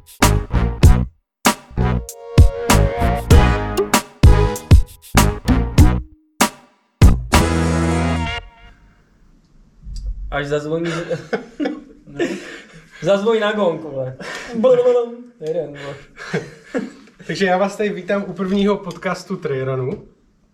Až zazvoní... Zazvoní na gong, vole. Jeden, vole. Takže já vás tady vítám u prvního podcastu Trailrunu.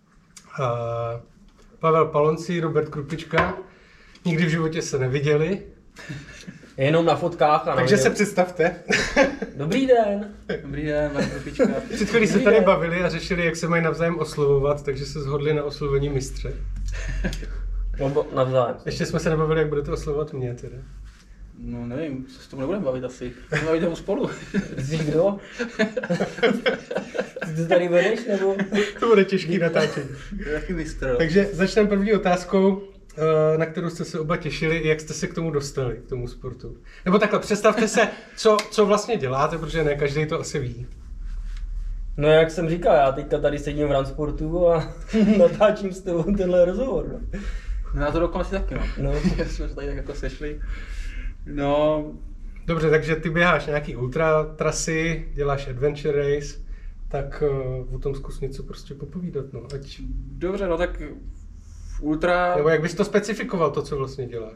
Pavel Palonci, Robert Krupička. Nikdy v životě se neviděli. Jenom na fotkách a Takže se představte. Dobrý den. Dobrý den, Marek Krupička. Před chvílí se tady bavili a řešili, jak se mají navzájem oslovovat, takže se shodli na oslovení mistře. Nebo navzájem. Ještě jsme se nebavili, jak budete oslovovat mě teda. No nevím, se s tomu nebudeme bavit asi. Budeme spolu. Jsi kdo? Ty to tady vedeš, nebo? To bude těžký natáčení. To je taky mistr. Takže začneme první otázkou, na kterou jste se oba těšili, jak jste se k tomu dostali, k tomu sportu. Nebo takhle, představte se, co vlastně děláte, protože ne každý to asi ví. No jak jsem říkal, já teďka tady sedím v Runsportu a natáčím s tebou tenhle rozhovor. No. No já to dokonce taky, no. No. Jsme se tady tak jako sešli. No... Dobře, takže ty běháš nějaký ultra trasy, děláš adventure race, tak o tom zkus něco prostě popovídat, no. Ať... Dobře, no tak ultra... Nebo jak bys to specifikoval, to, co vlastně děláš?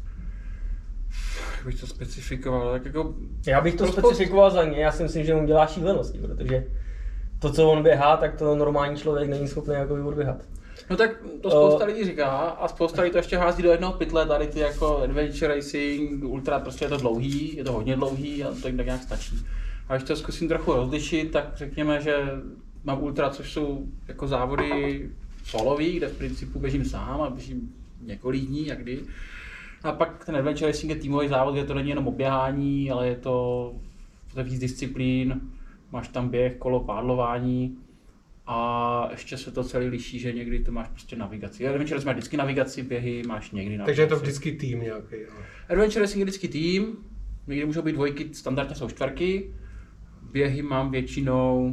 Jak bych to specifikoval, tak jako... Já bych to specifikoval za ně, já si myslím, že on dělá šílenosti, protože to, co on běhá, tak to normální člověk není schopný jako odběhat. No tak to spousta lidí říká a spousta lidí to ještě hází do jednoho pytle, tady ty jako adventure racing, ultra, prostě je to dlouhý, je to hodně dlouhý a to tak nějak stačí. A když to zkusím trochu rozlišit, tak řekněme, že mám ultra, což jsou jako závody solový, kde v principu běžím sám a běžím několik dní, jakdy. A pak ten adventure racing je týmový závod, kde to není jenom oběhání, ale je to víc disciplín, máš tam běh, kolo, pádlování. A ještě se to celý liší, že někdy to máš prostě navigaci. Adventure Racing máš vždycky navigaci, běhy máš někdy navigaci. Takže je to vždycky tým nějaký, jo. Adventure Racing je vždycky tým, někdy můžou být dvojky, standardně jsou čtverky. Běhy mám většinou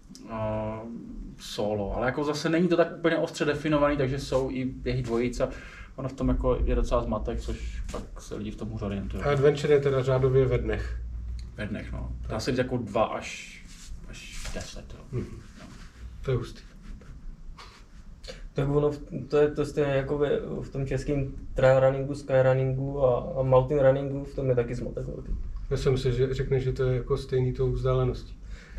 solo, ale jako zase není to tak úplně ostře definovaný, takže jsou i běhy dvojic a ono v tom jako je docela zmatek, což pak se lidi v tom hůř orientují. A adventure je teda řádově ve dnech. Ve dnech, no. Dá se říct jako 2 až 10, jo. To je hustý. Tak ono, to je to stejné jako v tom českém trail runningu, sky runningu a mountain runningu, v tom je taky zmatek velký. Já jsem si, že řekneš, že to je jako stejný tou vzdáleností.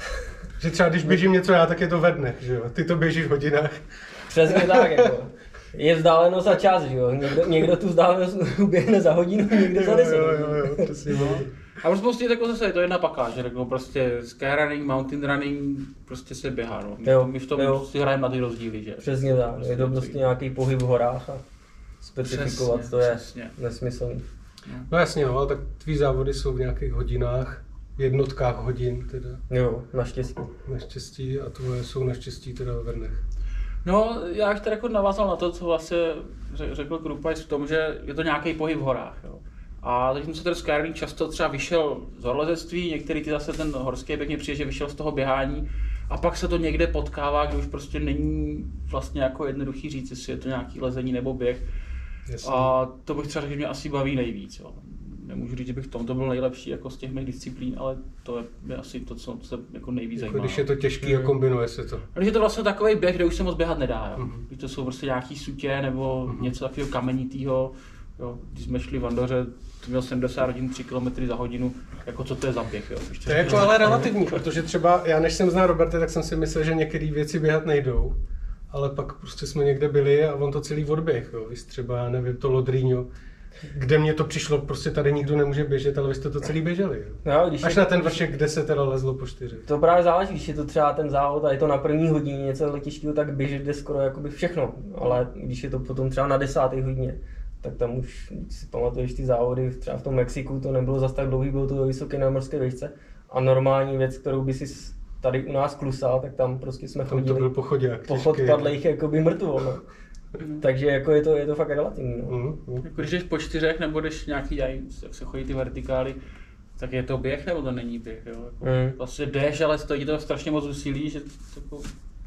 Že třeba když běžím něco já, tak je to ve dnech, že jo? Ty to běžíš v hodinách. Přesně tak, jako. Je vzdálenost a čas, že jo? Někdo tu vzdálenost uběhne za hodinu, někdo za 10. Jo, přesně. A prostě jako zase je to jedna pakáž, že jako prostě sky running, mountain running, prostě se běhá, no. My v tom si hrajeme na ty rozdíly, že? Přesně tak, je to prostě nějaký pohyb v horách a specifikovat přesně, to je přesně nesmyslný. No jasně, no, ale tak tvý závody jsou v nějakých hodinách, jednotkách hodin teda. Jo, naštěstí. Naštěstí a tvoje jsou naštěstí teda ve dnech. No, já bych tady jako navázal na to, co vlastně řekl Krupajs v tom, že je to nějaký pohyb v horách, jo. A teď jsem se ten skyrunning často třeba vyšel z horolezectví, některý ty zase ten horský pěkně přijde, že vyšel z toho běhání a pak se to někde potkává, kde už prostě není vlastně jako jednoduchý říct, jestli je to nějaký lezení nebo běh. Jasně. A to bych třeba řekl, že mě asi baví nejvíc, jo. Nemůžu říct, že bych v tomto byl nejlepší jako z těch mých disciplín, ale to je asi to, co se jako nejvíc jako zajímá. když je to těžký a kombinuje se to. A když je to vlastně takový běh, kde už se moc běhat nedá, jo. Když to jsou prostě nějaký sutě nebo něco takového kamenitýho, jo. Když jsme šli v Andoře, to měl 70 hodin, 3 km za hodinu, jako co to je za běh, jo. To je jako ale relativní, protože třeba já než jsem znal Roberta, tak jsem si myslel, že některé věci běhat nejdou, ale pak prostě jsme někde byli a on to celý odběh, jo. Víš, třeba, já nevím, to Lodrýňo, kde mně to přišlo, prostě tady nikdo nemůže běžet, ale vy jste to celý běželi, jo. No, Až na ten vršek, kde se teda lezlo po 4. To právě záleží, když je to třeba ten závod a je to na první hodině něco těžkého, tak běžet jde skoro jakoby všechno, ale když je to potom třeba na 10. hodině, tak tam už, když si pamatuješ ty závody, třeba v tom Mexiku to nebylo zas tak dlouhý, bylo to ve vysoké nadmořské výšce a normální věc, kterou by si tady u nás klusal, tak tam prostě jsme chodili. To byl pochodák. Pochod padlejch jakoby mrtvo, no. Takže jako je to fakt relativní, no. Jako když jdeš po 4 nebo jdeš nějaký, jak se chodí ty vertikály, tak je to běh nebo to není běh, jo? Jako, vlastně jdeš, ale stojí to strašně moc úsilí, že to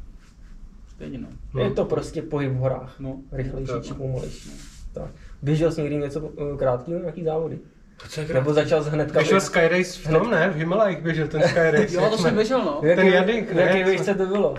stejně, no. Je to prostě pohyb v horách, no. rychlejší či pomalejší. Tak. Běžel jsi někdy něco krátkého, nějaký závody? Nebo začal hnedka... Běžel Skyrace v tom, ne? V Himalajích běžel ten Skyrace. Jo, to jsem běžel, no. Ten Jadink, ne? V jaké výšce to bylo?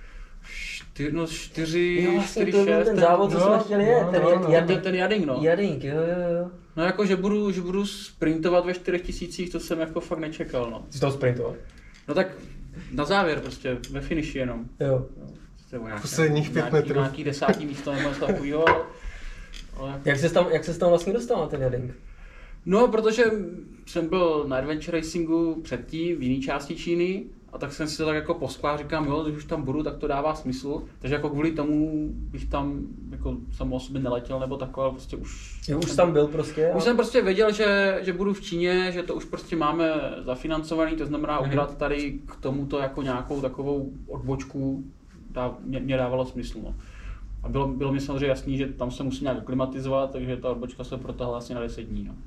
4, Jo, vlastně 4, to byl 6. ten závod, co jsme chtěli jet. Ten Jadink, no. Jadink, jo. No jako, že budu sprintovat ve 4000, to jsem jako fakt nečekal, no. Jsi to sprintoval? No tak na závěr prostě, ve finiši jenom. Jo. Posledních 5 metrů. Nějaký 10. místo nebo něco takového. Ale... Jak ses tam vlastně dostal na ten Jadink? No, protože jsem byl na Adventure Racingu předtím v jiné části Číny a tak jsem si to tak jako posklář, říkám, jo, když už tam budu, tak to dává smysl. Takže jako kvůli tomu bych tam jako samo o sobě neletěl nebo takové, prostě už... Jo, už tam byl prostě? Už jsem prostě věděl, že budu v Číně, že to už prostě máme zafinancovaný, to znamená udělat tady k tomuto jako nějakou takovou odbočku mě dávalo smysl. No. A bylo mi samozřejmě jasný, že tam se musí nějak aklimatizovat, takže ta odbočka se protahla asi na 10 dní. No.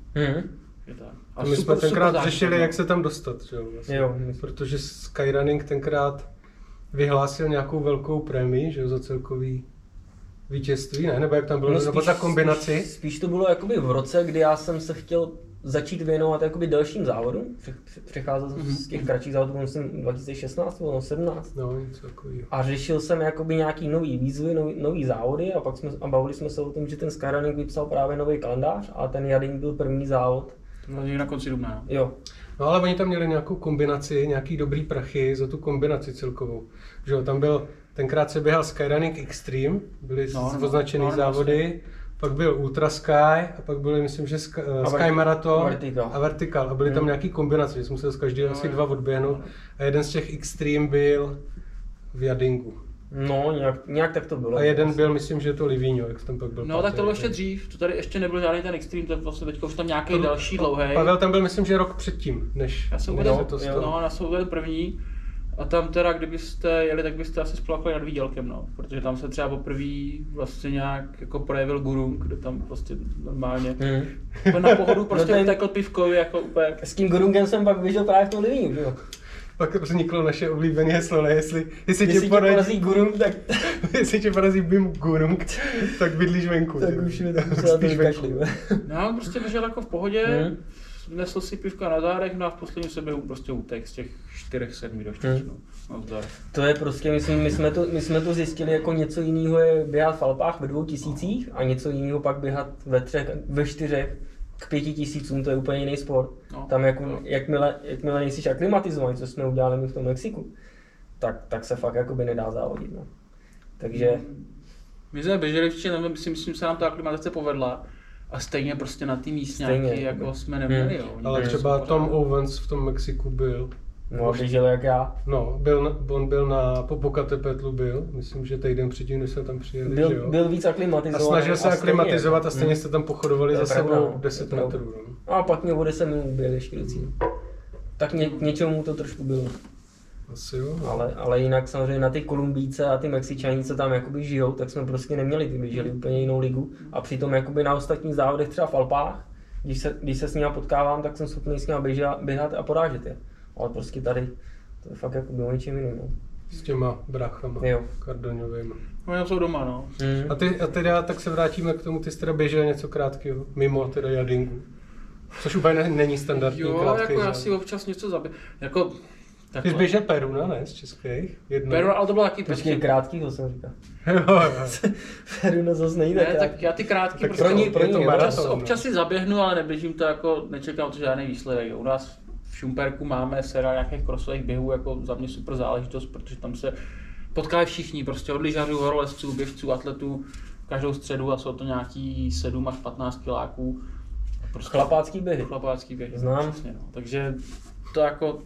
A my jsme tenkrát řešili, jak se tam dostat, že jo, vlastně. Jo. Protože Skyrunning tenkrát vyhlásil nějakou velkou prémii, že jo, za celkový vítězství, ne? Nebo jak tam bylo, nebo za kombinaci? Spíš to bylo jakoby v roce, kdy já jsem se chtěl začít věnovat jakoby delším závodům. Přecházel z těch kratších závodů, myslím 2016 nebo 2017. No, něco takového. A řešil jsem jakoby nějaký nový výzvy, nový závody a pak bavili jsme se o tom, že ten Skyrunning vypsal právě nový kalendář a ten Jadink byl první závod. Na konci dubna. Jo. No ale oni tam měli nějakou kombinaci, nějaký dobrý prachy za tu kombinaci celkovou. Že jo, tam byl, tenkrát se běhal Skyrunning Extreme, byly označený závody, pak byl Ultra Sky a pak byly, myslím, že Sky Marathon a Vertical a byly tam nějaký kombinace, že jsem musel z každého asi 2 odběhnout a jeden z těch Extreme byl v Jadingu. No, nějak tak to bylo. A jeden byl, myslím, že to Livigno, jak tam pak byl. No tak to bylo ještě dřív, to tady ještě nebyl žádný ten Extreme, to vlastně teďka už tam nějaký další dlouhý. Pavel tam byl, myslím, že rok předtím, než já jsem uvedl první. A tam teda, kdybyste jeli, tak byste asi splakali nad výdělkem, no. Protože tam se třeba poprvé vlastně nějak jako projevil Gurung, kde tam prostě normálně na pohodu prostě utekl pivkovi jako úplně. S tím Gurungem jsem pak vyžil právě v tom Livignu, jo. Pak vzniklo naše oblíbené heslo, ne? Jestli tě porazí Gurung, tak... jestli tě porazí Bim Gurung, tak bydlíš venku. Tak už se na to vykašli. No, prostě běžel jako v pohodě, nesl si pivka na zádech, no a v posledním se běhu prostě utek z těch 4-7 do 4, no. To je prostě, myslím, my jsme to zjistili, jako něco jiného je běhat v Alpách ve 2000 a něco jiného pak běhat ve 4 k 5000, to je úplně jiný sport. No, tam jako, jakmile nejsi aklimatizovaný, co jsme udělali my v tom Mexiku, tak se fakt jakoby nedá závodit. No. Takže... My jsme běželi v Číně, myslím, se nám ta aklimatizace povedla. A stejně prostě na ty místňáky, jako jsme neměli, jo. Ale třeba Tom Owens v tom Mexiku byl. No, běžel jak já. No, on byl na Popocatépetlu myslím, že týden předtím, než jsme tam přijeli, že jo. Byl víc aklimatizovaný. A snažil se aklimatizovat a stejně jste tam pochodovali za sebou 10 metrů. No. A pak mě o 10 minut byl ještě do cíle. Tak něčemu to trošku bylo. Asi jo. Ale jinak samozřejmě na ty Kolumbíce a ty Mexičani, co tam jakoby žijou, tak jsme prostě neměli, ty běželi úplně jinou ligu. A přitom jakoby na ostatních závodech, třeba v Alpách, když se s nimi potkávám, tak jsem schopný s nimi běhat a porážet je. Ale prostě tady, to je fakt jako bylo něčím jiným. No. S těma bráchama, Cardoňovejma. No, jsou doma, no. A teda tak se vrátíme k tomu, ty jsi teda běžel něco krátkého, mimo teda Jadingu. Což úplně není standardní krátký jako já si občas něco zabiju. Jako, ty jsi běžel Peruna, ne? Z českých? Peruna, ale to bylo taky prostě krátkýho jsem říkal. Jo. Peruna zase nejde. Ne, tak já ty krátký tak prostě pro ní občas si zaběhnu, ale neběžím to jako, nečekám to žádný výsledek. U nás v Šumperku máme sérii nějakých crossových běhů, jako za mě super záležitost, protože tam se potkají všichni, prostě od lyžařů, horolezců, běžců, atletů, každou středu a jsou to nějaký 7 až 15 kiláků. Prostě chlapácký běhy. Znám. Přesně, no. Takže to jako,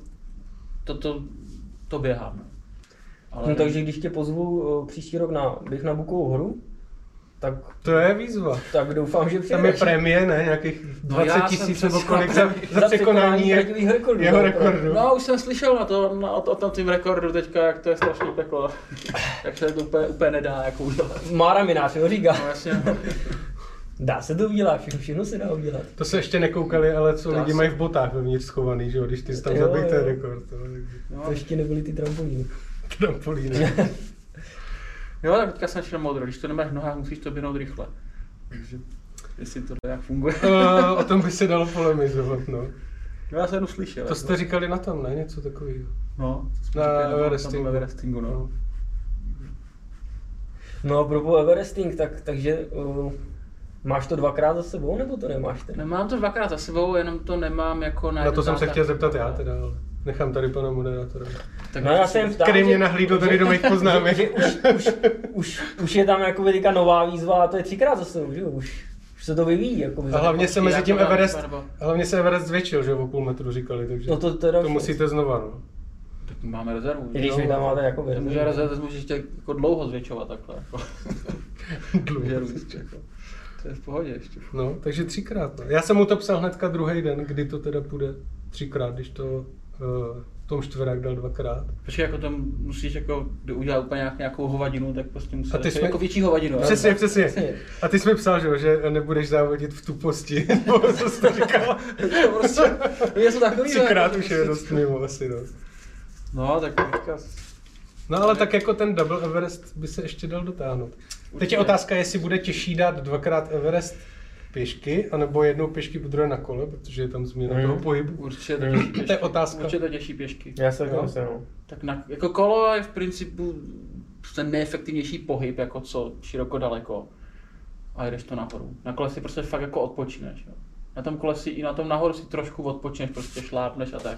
to běhám. Ale... No, takže když tě pozvu příští rok na běh na Bukovou horu, tak... To je výzva. Tak doufám, že přijedeš. Tam je prémie, ne? Nějakých 20 000 nebo kolik za překonání jeho rekordu. No, už jsem slyšel o tom tím rekordu teďka, jak to je strašný peklo. Jak se to úplně nedá jako udělat. Mára Minář, jo, říká. No, jasně. Dá se to udělat, všechno se dá udělat. To se ještě nekoukali, ale co lidi mají v botách vevnitř schovaný, že jo, když ty jsi tam zabij ten rekord. To ještě nebyly ty trampolíny. Jo, tak teďka jsem šel modro, když to nemáš v nohách, musíš to běhnout rychle. Takže jestli to jak funguje. O tom by se dalo polemizovat, no. Já jsem jenom slyšel. To jste říkali na tom, ne? Něco takového. No, Na Everestingu. Everestingu, no. No a pro Everesting, takže máš to 2krát za sebou, nebo to nemáš teda? Nemám to 2krát za sebou, jenom to nemám jako Na to jsem se chtěl zeptat já teda, ale nechám tady pana moderátora. Tak No já jsem ptám, který mě nahlídl tady do mých poznámek. že už je tam jako teďka nová výzva a to je 3krát za sebou, že jo? Už se to vyvíjí. Jako A hlavně se mezi tím Everest zvětšil, že o půl metru říkali, takže no to musíte znova, no. Tak máme rezervu. I když vy tam máte jako rezervu. Může rezervu, můžeš tě jako dlouho zvětšovat takhle. Jako. Dlouho. Jako. To je v pohodě ještě. No, takže 3krát. No. Já jsem mu to psal hnedka druhý den, kdy to teda půjde 3krát, když to Tom Štverák dal 2krát. Počkej, jako tam musíš jako udělat úplně nějakou hovadinu, tak prostě musíš jako větší hovadinu. Přesně. A ty jsi mi psal, že nebudeš závodit v tuposti, nebo co jsi to říkal? Prostě, je to takový. 3krát už je dost mimo asi, no. No, tak teďka... No ale tak jako ten Double Everest by se ještě dal dotáhnout. Teď je otázka, jestli bude těžší dát 2krát Everest pěšky, anebo jednou pěšky po druhé na kole, protože je tam změna toho pohybu. Určitě to těžší pěšky. To je otázka. Určitě to těžší pěšky. Já se to myslím, no. Tak jako kolo je v principu ten nejefektivnější pohyb, jako co široko daleko. A jdeš to nahoru. Na kole si prostě fakt jako odpočneš. Jo. Na tom kole si i na tom nahoru si trošku odpočneš, prostě šlápneš a tak.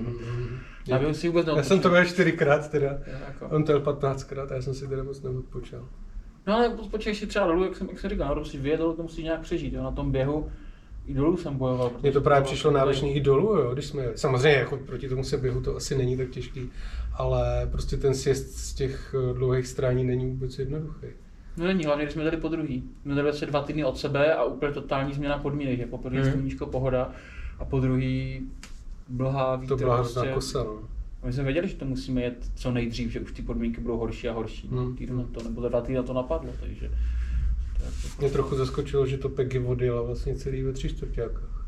Na běhu si vůbec neodpočneš. Já jsem to měl 4krát teda. Jako. On to jel 15krát a já jsem si teda moc neodpočal. No ale odpočneš si třeba dolů, jak jsem říkal, nahoru si vyjet dolů, to musíš nějak přežít. Jo. Na tom běhu i dolů jsem bojoval. Mně to právě přišlo náročný i dolů, jo, když jsme jeli. Samozřejmě jako proti tomu se běhu to asi není tak těžký, ale prostě ten sjezd z těch dlouhých strání není vůbec jednoduchý. No není, hlavně když jsme jeli po druhý. My jeli asi 2 týdny od sebe a úplně totální změna podmínek, že po první sluníčko pohoda a po druhý blhá vítr. To byla hrozná kosa, no. My jsme věděli, že to musíme jet co nejdřív, že už ty podmínky budou horší a horší. Týden na to, nebo za 2 týdny to napadlo, takže... Mě trochu zaskočilo, že to Peggy odjela vlastně celý ve 3 čtvrťákách.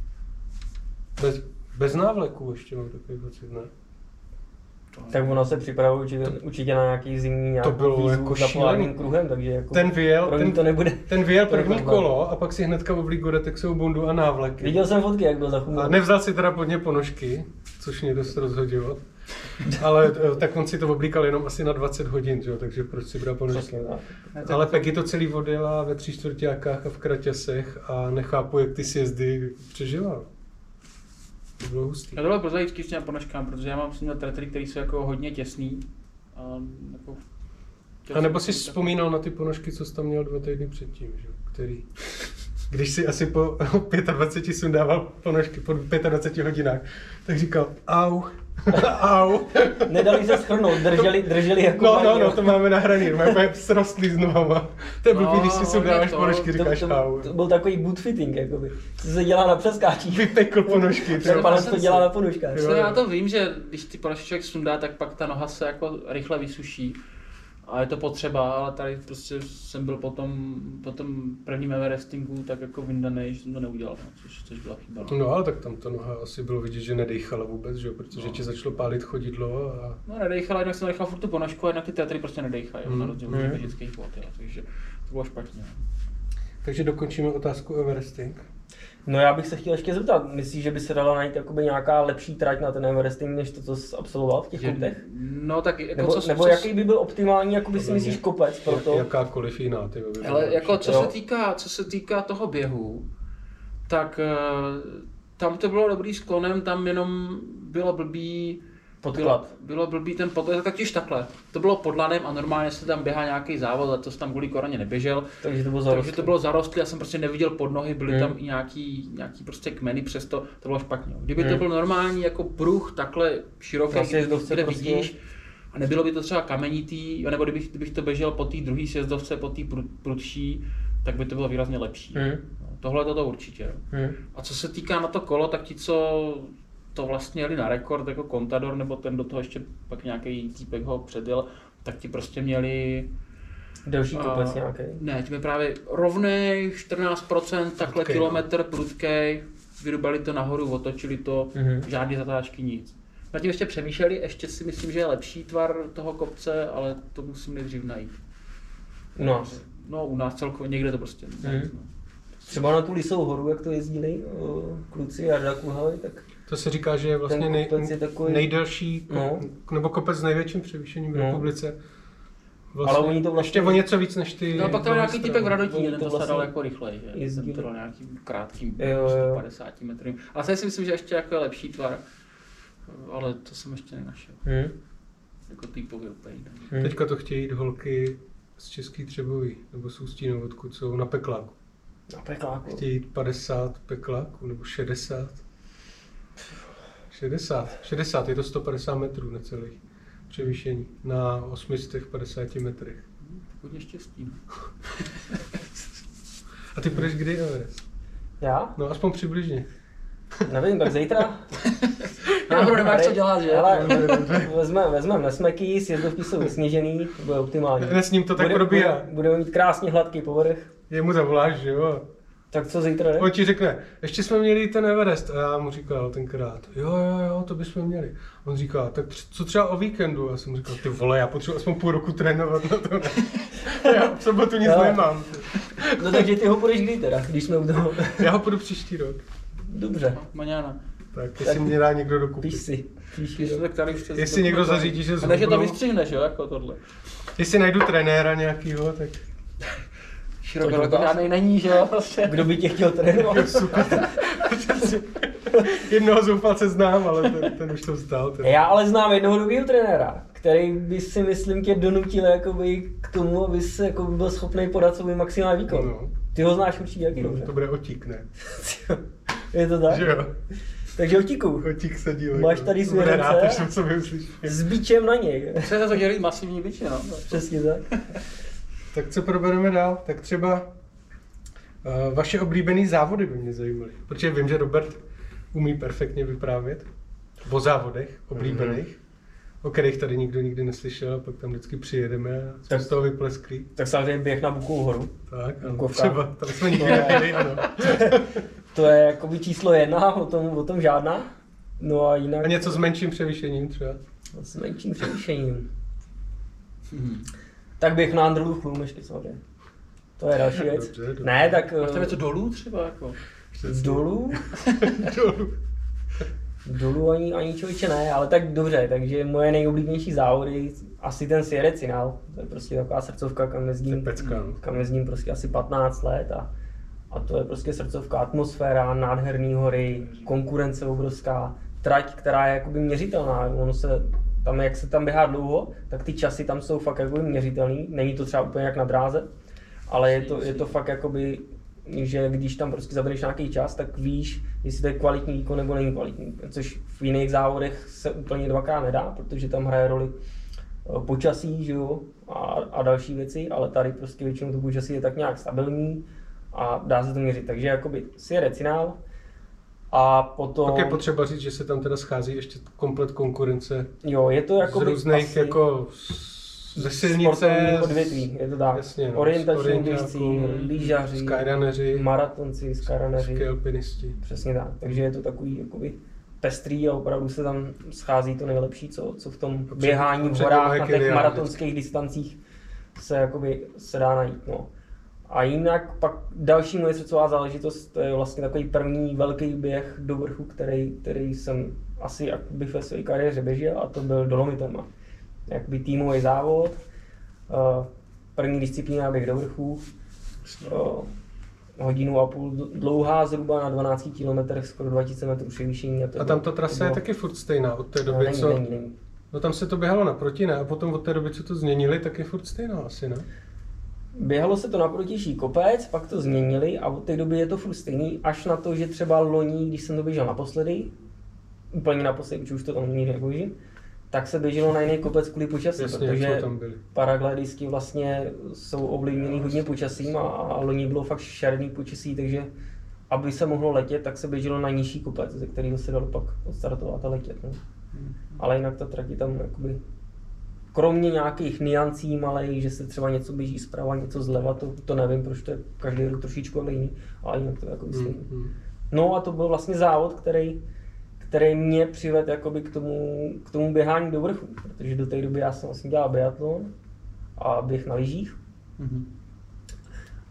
Bez návleku ještě mám takový pocit, ne? Tak ono se připravuje určitě na nějaký zimní výzvu jako za polárním kruhem, takže jako ten to nebude. Ten vyjel první kolo a pak si hnedka oblík Gore-Texovou bundu a návleky. Viděl jsem fotky, jak byl zachumlý. A nevzal si teda pod ně ponožky, což mě dost rozhodilo. Ale tak on si to oblíkal jenom asi na 20 hodin, že? Takže proč si bral ponožky. Ale Peggy to celý odjela ve 3 čtvrťákách a v kraťasech a nechápu, jak ty sjezdy přežila. To bylo hustý. To bylo prozaický s těmi ponožkám, protože já mám s nimi tretry, které jsou jako hodně těsný. A nebo si vzpomínal na ty ponožky, co jsi tam měl 2 týdny předtím, že? Který... Když si asi po 25 sundával ponožky po 25 hodinách, tak říkal au, au. Nedali se shrnout, drželi jako No, to máme nahraný, máme srostlý s nohama. To je blbý, když si sundáváš ponožky, říkáš au. To byl takový boot fitting, jakoby. Co se dělá na přeskáčích. Vypekl ponožky. Pan to dělá na ponožkách. Já to vím, že když ty ponožky člověk sundá, tak pak ta noha se jako rychle vysuší. A je to potřeba, ale tady prostě jsem byl po tom prvním Everestingu tak jako vyndanej, že jsem to neudělal, což byla chyba. No ale tak tam ta noha asi bylo vidět, že nedejchala vůbec, že? Protože ti začalo pálit chodidlo a... No nedejchala, jednak jsem nechal furt tu ponožku a jednak ty tetry prostě nedejchají, na rozdíl od fyzických vod, takže to bylo špatně. Takže dokončíme otázku Everesting. No já bych se chtěl ještě zeptat, myslíš, že by se dala najít jakoby nějaká lepší trať na ten Everesting, než to, co jsi absolvoval v těch koptech? No tak jako nebo jaký by byl optimální, jakoby si myslíš kopec pro to? Jakákoliv jiná, ty by ale jako co se týká toho běhu, tak tam to bylo dobrý sklonem, tam jenom bylo blbý podklad. Bylo blbý ten podklad, takyž takhle. To bylo pod lanem a normálně se tam běhá nějaký závod, a to se tam kvůli koroně neběžel. Takže to bylo zarostlé. Já jsem prostě neviděl pod nohy, byly tam i nějaký prostě kmeny, přesto to bylo špatně. Kdyby to byl normální jako pruh takhle široký, kde vidíš, a nebylo by to třeba kamenitý, nebo kdybych to běžel po té druhé sjezdovce, po té prudší, tak by to bylo výrazně lepší. Tohle to určitě. A co se týká na to kolo, tak ti, co to vlastně jeli na rekord jako Contador, nebo ten do toho ještě pak nějaký týpek ho předjel, tak ti prostě měli... Delší kopec nějaký? Ne, ti měli právě rovnej 14%, takhle prudkej, kilometr prudkej, vyrubali to nahoru, otočili to, žádný zatáčky, nic. Na tím ještě přemýšleli, ještě si myslím, že je lepší tvar toho kopce, ale to musím nejdřív najít. U nás? No u nás celkově, někde to prostě najít. třeba na tu Lisou horu, jak to jezdili kluci a Jarda Kulhavy, tak To se říká, že je vlastně kopec je takový... nejdelší, nebo kopec s největším převýšením v republice. Vlastně, ale oni to vlastně... Ještě o něco víc než ty... No pak tam nějaký typek v Radotíně, ten to vlastně sadal jako rychleji, že? Ten to dal nějakým krátkým, 150 metrů. Ale to si myslím, že ještě jako je lepší tvar, ale to jsem ještě nenašel. Jako typově úplně. Teďka to chtějí jít holky z Český Třeboví, nebo z Ústí nebo odkud jsou na Pekláku. Na Pekláku? Chtějí jít 50 Pekláků, nebo 60. 60, je to 150 metrů necelých převýšení na 850 metrech. Hodně štěstí. A ty půjdeš kdy Everest? Já? No aspoň přibližně. Nevím, tak zítra. Já nemám co dělat, že? Ale vezmeme nesmeky, sjezdovky jsou vysněžený, to bude optimální. S ním to tak probíhá. Budeme mít krásně hladký povrch. Jemu zavoláš, že jo? Tak co zítra jde? On ti řekne, ještě jsme měli ten Everest. A já mu říkal tenkrát, jo, to bychom měli. On říká, tak co třeba o víkendu? Já jsem říkal, ty vole, já potřebuji aspoň půl roku trénovat na to. Já v sobotu nic nemám. No takže ty ho půjdeš kdy teda, když jsme u toho? Já ho půjdu příští rok. Dobře. Maňána. Tak jestli mě dá někdo dokupit. Píš si. Jestli někdo zařídí, že zhubnu. Takže to vystřihneš, jo, jako tohle. Jestli najdu trenéra nějakýho, tak... Širokoleko žádnej není, že jo? Kdo by tě chtěl trénovat? Super. Jednoho zoufalce znám, ale ten už to vzdal. Já ale znám jednoho dobrýho trenéra, který by si myslím tě donutil jakoby k tomu, aby se jako byl schopný podat svůj maximální výkon. No. Ty ho znáš určitě jaký dobře. To bude Otík, ne? Je to tak? Že jo. Takže Otíku. Otík se dílej. Máš tady svěřence s bičem na něj. Přesně to dělí masivní biče, no. Přesně tak. Tak co probereme dál? Tak třeba vaše oblíbené závody by mě zajímaly. Protože vím, že Robert umí perfektně vyprávět o závodech oblíbených, o kterých tady nikdo nikdy neslyšel, a pak tam vždycky přijedeme a jsme z toho vyplesklí. Tak samozřejmě běh na Bukovou horu. Tak, ano, třeba, tam jsme nikdy nebyli, ano. To je jakoby číslo 1, o tom žádná. No a jinak... A něco s menším převýšením třeba? S menším převýšením. Tak běh na Andrlu Chlum ještě samozřejmě. To je další věc. Dobře. Ne, tak... Máte něco dolů třeba jako? Dolů? Dolů ani člověče ne, ale tak dobře, takže moje nejoblíbenější závody, asi ten Sierra Cinal, to je prostě taková srdcovka, kam jezdím prostě asi 15 let a to je prostě srdcovka, atmosféra, nádherný hory, konkurence obrovská, trať, která je jakoby měřitelná, ono se tam, jak se tam běhá dlouho, tak ty časy tam jsou fakt jakoby měřitelný, není to třeba úplně jak na dráze, ale je to fakt jakoby, že když tam prostě zabudeš nějaký čas, tak víš, jestli to je kvalitní výkon nebo není kvalitní, což v jiných závodech se úplně dvakrát nedá, protože tam hraje roli počasí, že jo, a další věci, ale tady prostě většinou to počasí je tak nějak stabilní a dá se to měřit, takže jakoby Sierra Cinal a potom... Pak je potřeba říct, že se tam teda schází ještě komplet konkurence. Jo, je to jakoby z různých asi... jako ze silnice, odvětví, je to tak. Jasně, no, orientační běžci, lyžaři, skyrunneři, maratonci, skyrunneři, alpinisti. Přesně tak, takže je to takový jakoby pestrý a opravdu se tam schází to nejlepší, co v tom běhání v horách na těch maratonských distancích se dá najít. No. A jinak pak další moje srdcová záležitost, to je vlastně takový první velký běh do vrchu, který jsem asi ve své kariéře běžel, a to byl Dolomitama. Jakoby týmový závod, první disciplína běh do vrchu, hodinu a půl dlouhá, zhruba na 12 km, skoro 2000 metrů převýšení. A tam ta trasa je taky furt stejná od té doby, co? Není. No tam se to běhalo naproti, ne? A potom od té doby, co to změnili, tak je furt stejná asi, ne? Běhalo se to na protější kopec, pak to změnili a od té doby je to furt stejný, až na to, že třeba loni, když jsem to běžel naposledy, úplně naposledy, protože už to tam nikdy neběžím, tak se běželo na jiný kopec kvůli počasí, protože paraglidisti vlastně jsou ovlivněný hodně počasím a loni bylo fakt šeredný počasí, takže aby se mohlo letět, tak se běželo na nižší kopec, ze kterého se dalo pak odstartovat a letět. No. Ale jinak ta trať tam jakoby, kromě nějakých niancí malých, že se třeba něco běží zprava, něco zleva, to nevím, proč to je každý rok trošičku jiný, ale jinak to je jako stejný. No a to byl vlastně závod, který mě přivedl jakoby k tomu běhání do vrchu, protože do té doby já jsem vlastně dělal biatlon a běh na lyžích.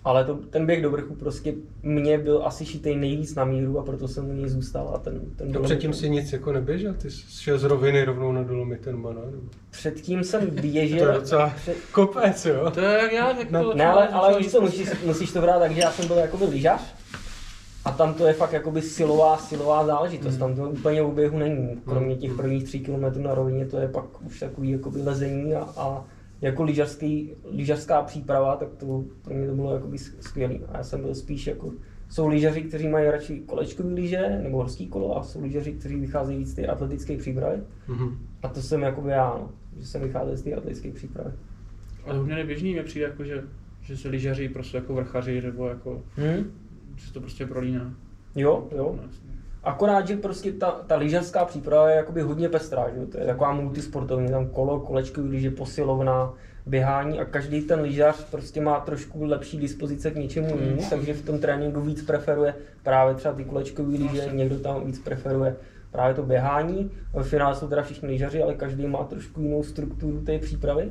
Ale ten běh do vrchu prostě mě byl asi šitej nejvíc na míru a proto jsem u něj zůstal a ten A předtím si nic jako neběžel? Ty jsi šel z roviny rovnou na Dolomittenmana? Předtím jsem běžel... To je docela kopec, jo? To je jak já, jak to... Ne, ale víš co, musíš to brát tak, že já jsem byl jakoby lyžař a tam to je fakt jakoby silová záležitost, tam to úplně u běhu není, kromě těch prvních 3 km na rovině, to je pak už takový jakoby lezení a jako lyžařská příprava, tak to pro mě to bylo jakoby skvělý. A já jsem byl spíš jako, jsou lyžaři, kteří mají radši kolečkový lyže nebo horský kolo a jsou lyžaři, kteří vycházejí víc z té atletické přípravy. A to jsem jakoby já, no, že jsem vycházel z té atletické přípravy. Ale hodně neběžný mi přijde jako, že se lyžaří prostě jako vrchaři nebo jako, že to prostě prolíná. Jo. Akorát, že prostě ta lyžařská příprava je jakoby hodně pestrá, že? To je taková multisportovní, tam kolo, kolečkový lyže, posilovna, běhání a každý ten lyžař prostě má trošku lepší dispozice k něčemu jinému, takže v tom tréninku víc preferuje právě třeba ty kolečkový lyže, někdo tam víc preferuje právě to běhání. A ve finále jsou teda všichni lyžaři, ale každý má trošku jinou strukturu té přípravy.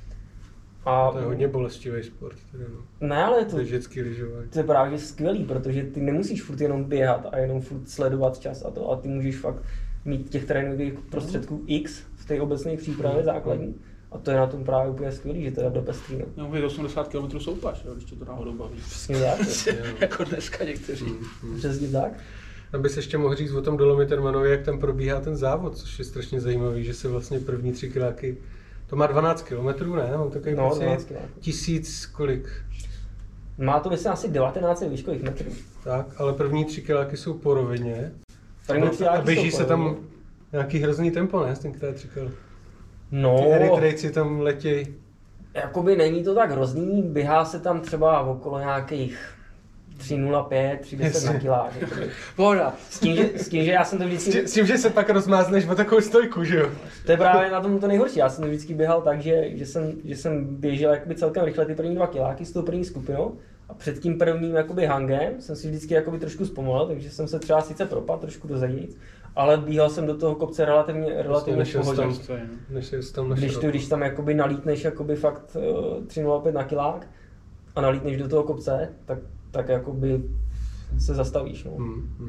A to je hodně bolestivý sport. Tedy no. Ne, ale to je vždycky lyžování. To je právě skvělý, protože ty nemusíš furt jenom běhat a jenom furt sledovat čas a to, ale ty můžeš fakt mít těch tréninkových prostředků X v té obecné přípravě základní. A to je na tom právě úplně skvělý, že to je dopestrý. No, může 80 km soupaš, jo, když to náhodou baví. Přesně tak. Jako dneska někteří. Přesně tak. Abys ještě mohl říct o tom Dolomittenmanovi, jak tam probíhá ten závod, což je strašně zajímavý, že se vlastně první 3 kiláky, to má 12 km, ne? Mám takový pocit. 1000 kolik? Má to myslím asi 19 výškových metrů. Tak, ale první 3 kiláky jsou po rovině. A běží se tam nějaký hrozný tempo, ne? Tenkrát říkal. No, ty Eritrejci tam letějí. Jakoby není to tak hrozný, běhá se tam třeba okolo nějakých 3.05, 3.10 na kilák. Pohoda. S tím, že já jsem to vždycky... S tím, že se pak rozmázneš o takovou stojku, že jo? To je právě na tom to nejhorší. Já jsem to vždycky běhal tak, že jsem běžel jakoby celkem rychle ty první 2 kiláky s tou první skupinou a před tím prvním jakoby hangem jsem si vždycky jakoby trošku zpomalil, takže jsem se třeba sice propadl trošku do zadnic, ale bíhal jsem do toho kopce relativně v pohodě. Když tam jakoby nalítneš jakoby fakt 3.05 na kilák a nalítneš do toho kopce, tak jakoby se zastavíš. No.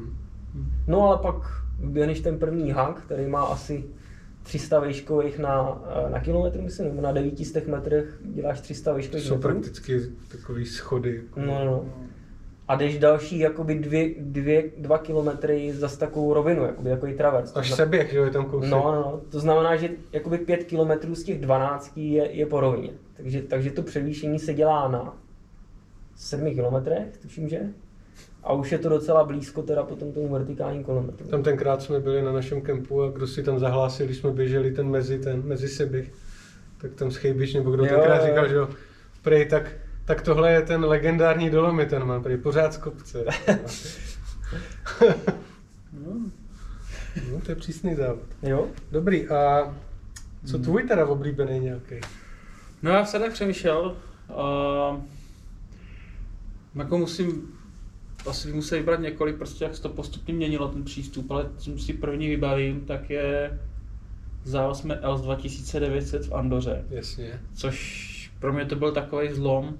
No ale pak běhneš ten první hang, který má asi 300 výškových na kilometr, myslím, nebo na 900 metrech děláš 300 výškových metrů. To jsou prakticky takový schody. No. A jdeš další jakoby 2 kilometry zas takovou rovinu, jakoby jako travers. Až se běh, že je tam kousek. No. To znamená, že jakoby 5 kilometrů z těch 12 je po rovině. Takže to převýšení se dělá na 7 kilometrech, tuším, že? A už je to docela blízko teda potom tomu vertikálním kilometru. Tam tenkrát jsme byli na našem kempu a kdo si tam zahlásil, když jsme běželi ten mezi seběh, tak tam Schejbič nebo kdo tenkrát říkal, že jo, prej, tak tohle je ten legendární Dolomittenman, prej, pořád z kopce. No, to je přísný závod. Jo. Dobrý, a co tvůj teda oblíbený nějaký? No já jsem tak přemýšlel, jako asi musel vybrat několik, prostě jak se to postupně měnilo ten přístup, ale co si první vybavím, tak je závod jsme ELS 2900 v Andoře. Jasně. Což pro mě to byl takový zlom,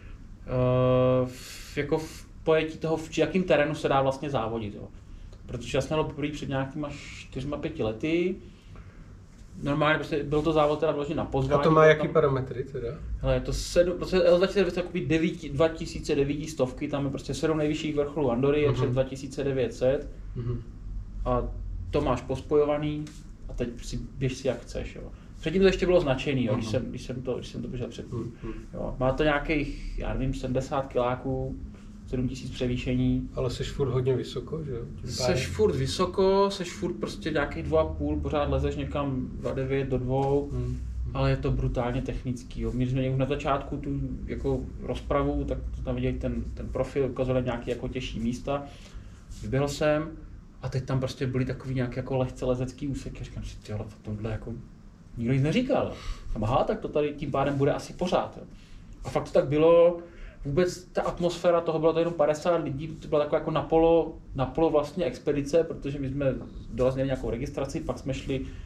jako v pojetí toho, v jakým terénu se dá vlastně závodit. Jo. Protože já jsem měl poprvé před nějakýma 4-5 lety. Normálně prostě byl to závod teda vložen na pozvání. A to má jaký parametry teda? Hele, je to 7, prostě ELS 2900 je takový 2900, tam je prostě 7 nejvyšších vrcholů Andory, je před 2900 a to máš pospojovaný a teď si běž si jak chceš. Jo. Předtím to ještě bylo značený, jo, když jsem to běžel předtím. Jo. Má to nějakých, já nevím, 70 kiláků, 7000 převýšení. Ale seš furt hodně vysoko, že jo? Seš furt vysoko, seš furt prostě nějakých 2,5, pořád lezeš někam 2,9 do 2, ale je to brutálně technický. Jo. Měli jsme už na začátku tu jako rozpravu, tak tam viděli ten profil, ukazovali nějaké jako těžší místa. Vyběhl jsem a teď tam prostě byly takový nějaké jako lehce lezecký úseky. Říkám si, tyhle, tohle jako nikdo nic neříkal. Aha, tak to tady tím pádem bude asi pořád. Jo. A fakt to tak bylo. Vůbec ta atmosféra toho, bylo to jenom 50 lidí, to byla taková jako napolo vlastně expedice, protože my jsme dorazili nějakou registraci, pak jsme šli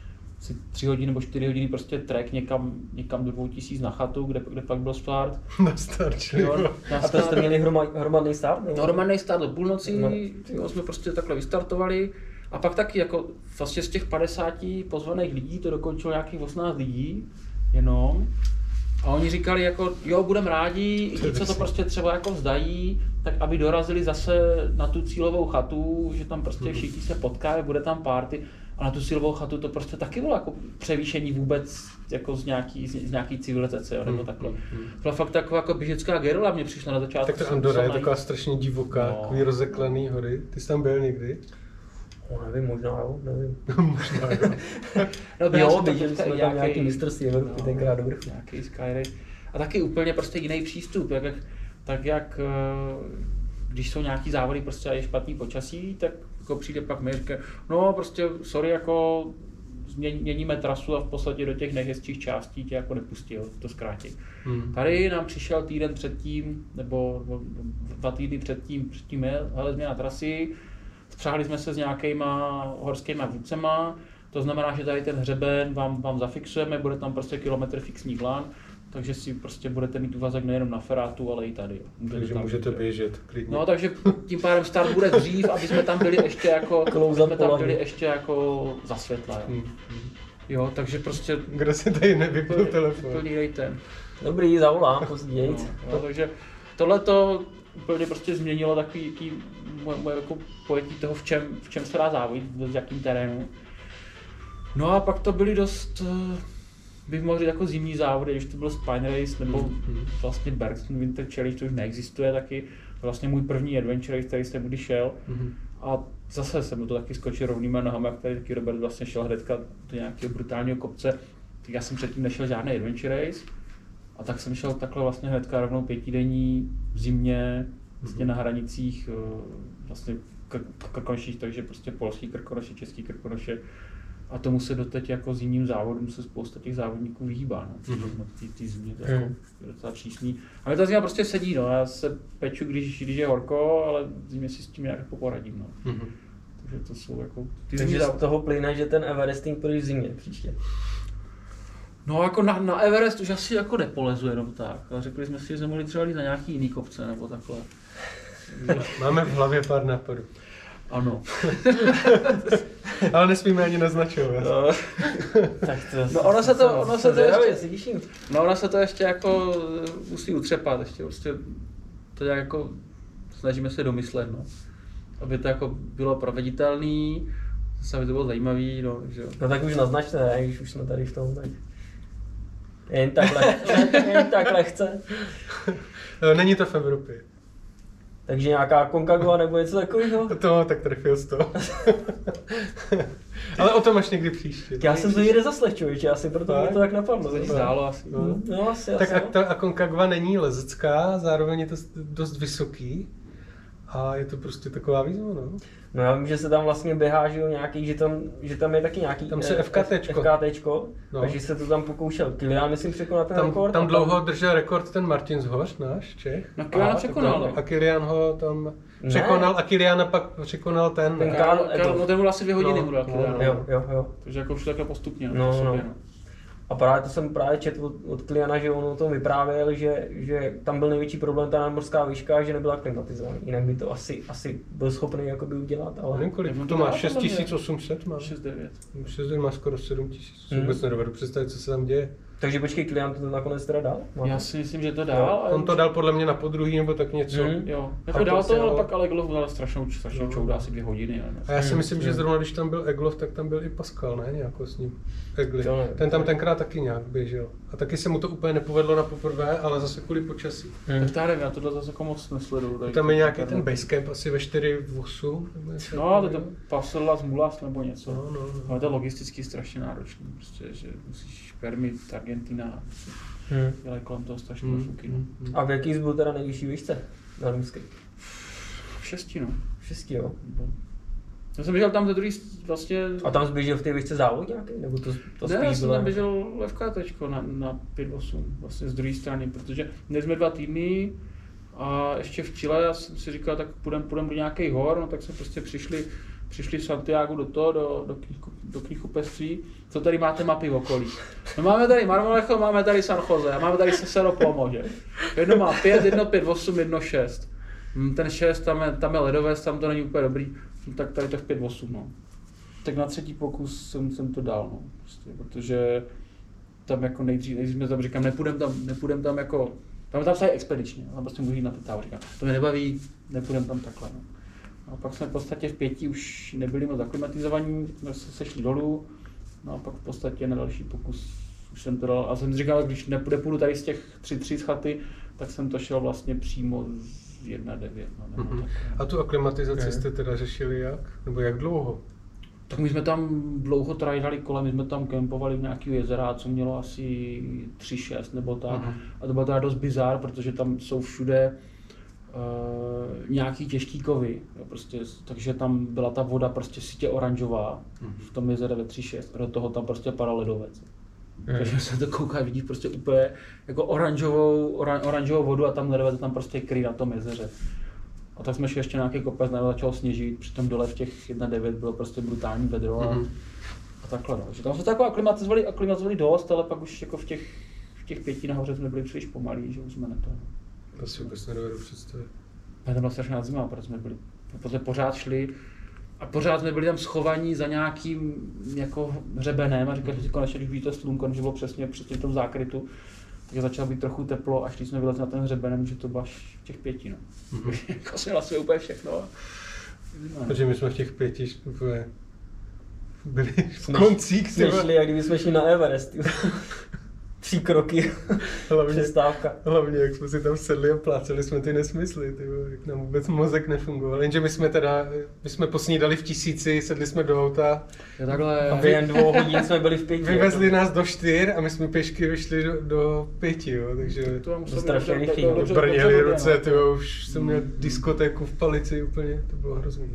asi 3 hodiny nebo 4 hodiny prostě trek někam do 2000 na chatu, kde pak byl start. Na start, Jo, A to jste měli hromadný start? hromadný start do půlnoci, jo, jsme prostě takhle vystartovali. A pak taky jako vlastně z těch 50 pozvaných lidí to dokončilo nějakých 18 lidí jenom. A oni říkali jako, jo, budeme rádi, i ti, co to prostě třeba jako vzdají, tak aby dorazili zase na tu cílovou chatu, že tam prostě všichni se potkají, bude tam party. A na tu cílovou chatu to prostě taky bylo jako převýšení vůbec jako z nějaký civilizace, jo, nebo takhle. Byla fakt taková jako běžecká gerila mě přišla na začátku. Tak to Andorra je taková strašně divoká, takový rozeklaný hory. Ty jsi tam byl někdy? Nevím, možná jo, nevím. Možná jo. No, Jo, běželi jsme tam nějaký mistrovství Evropy tenkrát do vrchu. Nějaký Skyrace. A taky úplně prostě jiný přístup, tak jak když jsou nějaký závody prostě a je špatný počasí, tak jako přijde pak mi říká, no prostě sorry, jako měníme trasu a v podstatě do těch nejhezčích částí tě jako nepustí, to zkrátí. Tady nám přišel týden předtím, nebo 2 týdny předtím hele, změna trasy, spřáhli jsme se s nějakýma horskýma vůdcema, to znamená, že tady ten hřeben vám zafixujeme, bude tam prostě kilometr fixních lán, takže si prostě budete mít úvazek nejenom na ferátu, ale i tady. Takže můžete běžet klidně. No, takže tím pádem start bude dřív, aby jsme tam byli ještě jako za světla. Jo, takže prostě... Kdo si tady nevypil telefon? Plný ten. Dobrý, zavolám později. No, takže tohleto úplně prostě změnilo takový moje jako pojetí toho, v čem se dá závodit, v jakým terénu. No a pak to byly dost, bych mohl říct jako zimní závody, když to byl Spine Race nebo vlastně Bergstone Winter Challenge, to už neexistuje taky. Vlastně můj první adventure race, který jsem kdy šel. A zase jsem to taky skočil rovnýma nohama, jak tady taky Robert vlastně šel hnedka do nějakého brutálního kopce. Tak já jsem předtím nešel žádný adventure race. A tak jsem šel takhle vlastně hnedka rovnou 5denní v zimě, vlastně na hranicích vlastně Krkonoších, takže prostě polský Krkonoše, český Krkonoše. A tomu se doteď jako zimním závodům se spousta těch závodníků vyhýbá, no. Ty zimě to jako docela přísný. A mě ta zima prostě sedí, no. Já se peču, když je horko, ale v zimě si s tím nějak jako poradím, no. Takže to jsou jako ty Takže z toho plyne, že ten Everesting půjde v zimě příště. No jako na Everest už asi jako nepolezu jenom tak, ale řekli jsme si, že jsme mohli třeba jít na nějaký jiný kopce nebo takhle. Máme v hlavě pár nápadů. Ano. Ale nesmíme ani naznačovat. No, tak to no ono se to ještě jako musí utřepat, ještě prostě to jako snažíme se domyslet, no. Aby to jako bylo proveditelný, zase aby to bylo zajímavý, no, takže jo. No tak už naznačte, když už jsme tady v tom, tak jen tak lehce. Není to v Evropě. Takže nějaká Concagua nebo něco takového? To, tak trefil jsi to. Ale o tom až někdy příště. Já jsem to někde zaslech, člověče, asi proto mě to tak napadlo. To se zdálo asi. No, asi. Tak a Concagua není lezecká, zároveň je to dost vysoký. A je to prostě taková výzva, no. No já vím, že se tam vlastně běhá, že jo, nějaký, že tam je taky nějaký tam se FKTčko, no. Takže se to tam pokoušel Kilian, myslím, překonat ten rekord. Tam dlouho držel rekord ten Martin Zhoř, náš Čech. No Kilian překonal. A Kilian ho tam překonal a Kiliana pak překonal ten no ten byl asi 2 hodiny, byl Kilian. Jo. Takže jako už takhle postupně. No. A právě to jsem právě četl od Kiliana, že on o tom vyprávěl, že tam byl největší problém ta nadmořská výška, že nebyla klimatizovaná. Jinak by to asi byl schopný jakoby udělat, ale... Nevím kolik, to má 6800 má. 6,9. Má skoro 7000, vůbec nedovedu představit, co se tam děje. Takže počkej, Kilian to nakonec teda dal? Já si myslím, že to dal. On to dal podle mě na podruhý nebo tak něco. Jo, jako dal to, ale pak ale Egloff dal strašnou čouda, asi 2 hodiny. A já si myslím, že zrovna když tam byl Egloff, tak tam byl i Pascal, ne? Nějako s ním. Egli. Ten tam tenkrát taky nějak běžel. A taky se mu to úplně nepovedlo na poprvé, ale zase kvůli počasí. Tak já nevím, já tohle zase jako moc nesleduju. Tam je nějaký ten basecamp asi ve 4:08. No, to je to Pascal z Mulas nebo něco. No. Ale to je logisticky strašně náročný, prostě, že musíš Permit, Argentina, dělají kolem toho strašně fuky. A v jaký byl teda nejvyšší výšce na Rýmské? 6, no. 6, jo. Já jsem běžel tam ze druhý vlastně... A tam jsi běžel v té výšce závod nějaký? Nebo to ne, spíš já jsem bylo... tam běžel FKTčko na 5.8, vlastně z druhé strany, protože dnes jsme 2 týdny a ještě v Chile já jsem si říkal, tak půjdem do nějakých hor, no tak jsme prostě přišli přišli v Santiagu do knihkupectví, co tady máte mapy v okolí. No máme tady Marmolejo, máme tady San Jose a máme tady Cerro Plomo, že? Jedno má 5, jedno 5, 8, jedno 6. Ten 6, tam je ledovec, tam to není úplně dobrý, tak tady tak 5, 8, no. Tak na třetí pokus jsem to dal, no, prostě, protože tam jako nejdřív jsme tam říkám, nepůjdem tam jako, tam psali expedičně, ale prostě můžu jít na ty tábory, říkám, to mě nebaví, nepůjdem tam takhle, no. A pak jsme v podstatě v 5 už nebyli moc zaklimatizovaní, jsme se sešli dolů, no a pak v podstatě na další pokus už jsem to dal, a jsem říkal, když nepůjdu tady z těch 3 z chaty, tak jsem to šel vlastně přímo z 1.9, no, nebo A tu aklimatizaci jste teda řešili jak? Nebo jak dlouho? Tak my jsme tam dlouho trajdali kolem, my jsme tam kempovali v nějakého jezera, co mělo asi 3,6 nebo tak. A to bylo teda dost bizár, protože tam jsou všude nějaký těžký kovy, jo, prostě, takže tam byla ta voda prostě sitě oranžová v tom jezere ve 3,6 a do toho tam prostě padal ledovec. Takže se to kouká, vidíš prostě úplně jako oranžovou vodu a tam ledovec tam prostě kryj na tom jezeře. A tak jsme šli ještě nějaký kopec, najednou začalo sněžit, přitom dole v těch 1.9 bylo prostě brutální vedro a takhle. No. Že tam jsme to jako aklimatizovali dost, ale pak už jako v těch 5 nahoře jsme byli příliš pomalí, že už jsme na to. To si vůbec nedovedu představit. Tam byla strašná zima, protože jsme byli, protože pořád šli a pořád jsme byli tam schovaní za nějakým jako hřebenem a říkali si konečně, když vidíte slunko, že bylo přesně v tom zákrytu, takže začalo být trochu teplo, až když jsme vylezli na ten hřeben, že to bylo až v těch 5, no. Jako jsme vlastně úplně všechno. Takže my jsme v těch 5 úplně byli v koncích. Jsme šli, jak kdyby jsme šli na Everest. 3 kroky, přestávka. Hlavně, jak jsme si tam sedli a pláceli jsme ty nesmysly, jak nám vůbec mozek nefungoval. Jenže my jsme posnídali v 1000, sedli jsme do auta. A během 2 hodin jsme byli v 5. Vyvezli nás do 4 a my jsme pěšky vyšli do 5, jo, takže to strašně rychlý. Brněly ruce, už jsem měl diskotéku v Palici úplně, to bylo hrozný.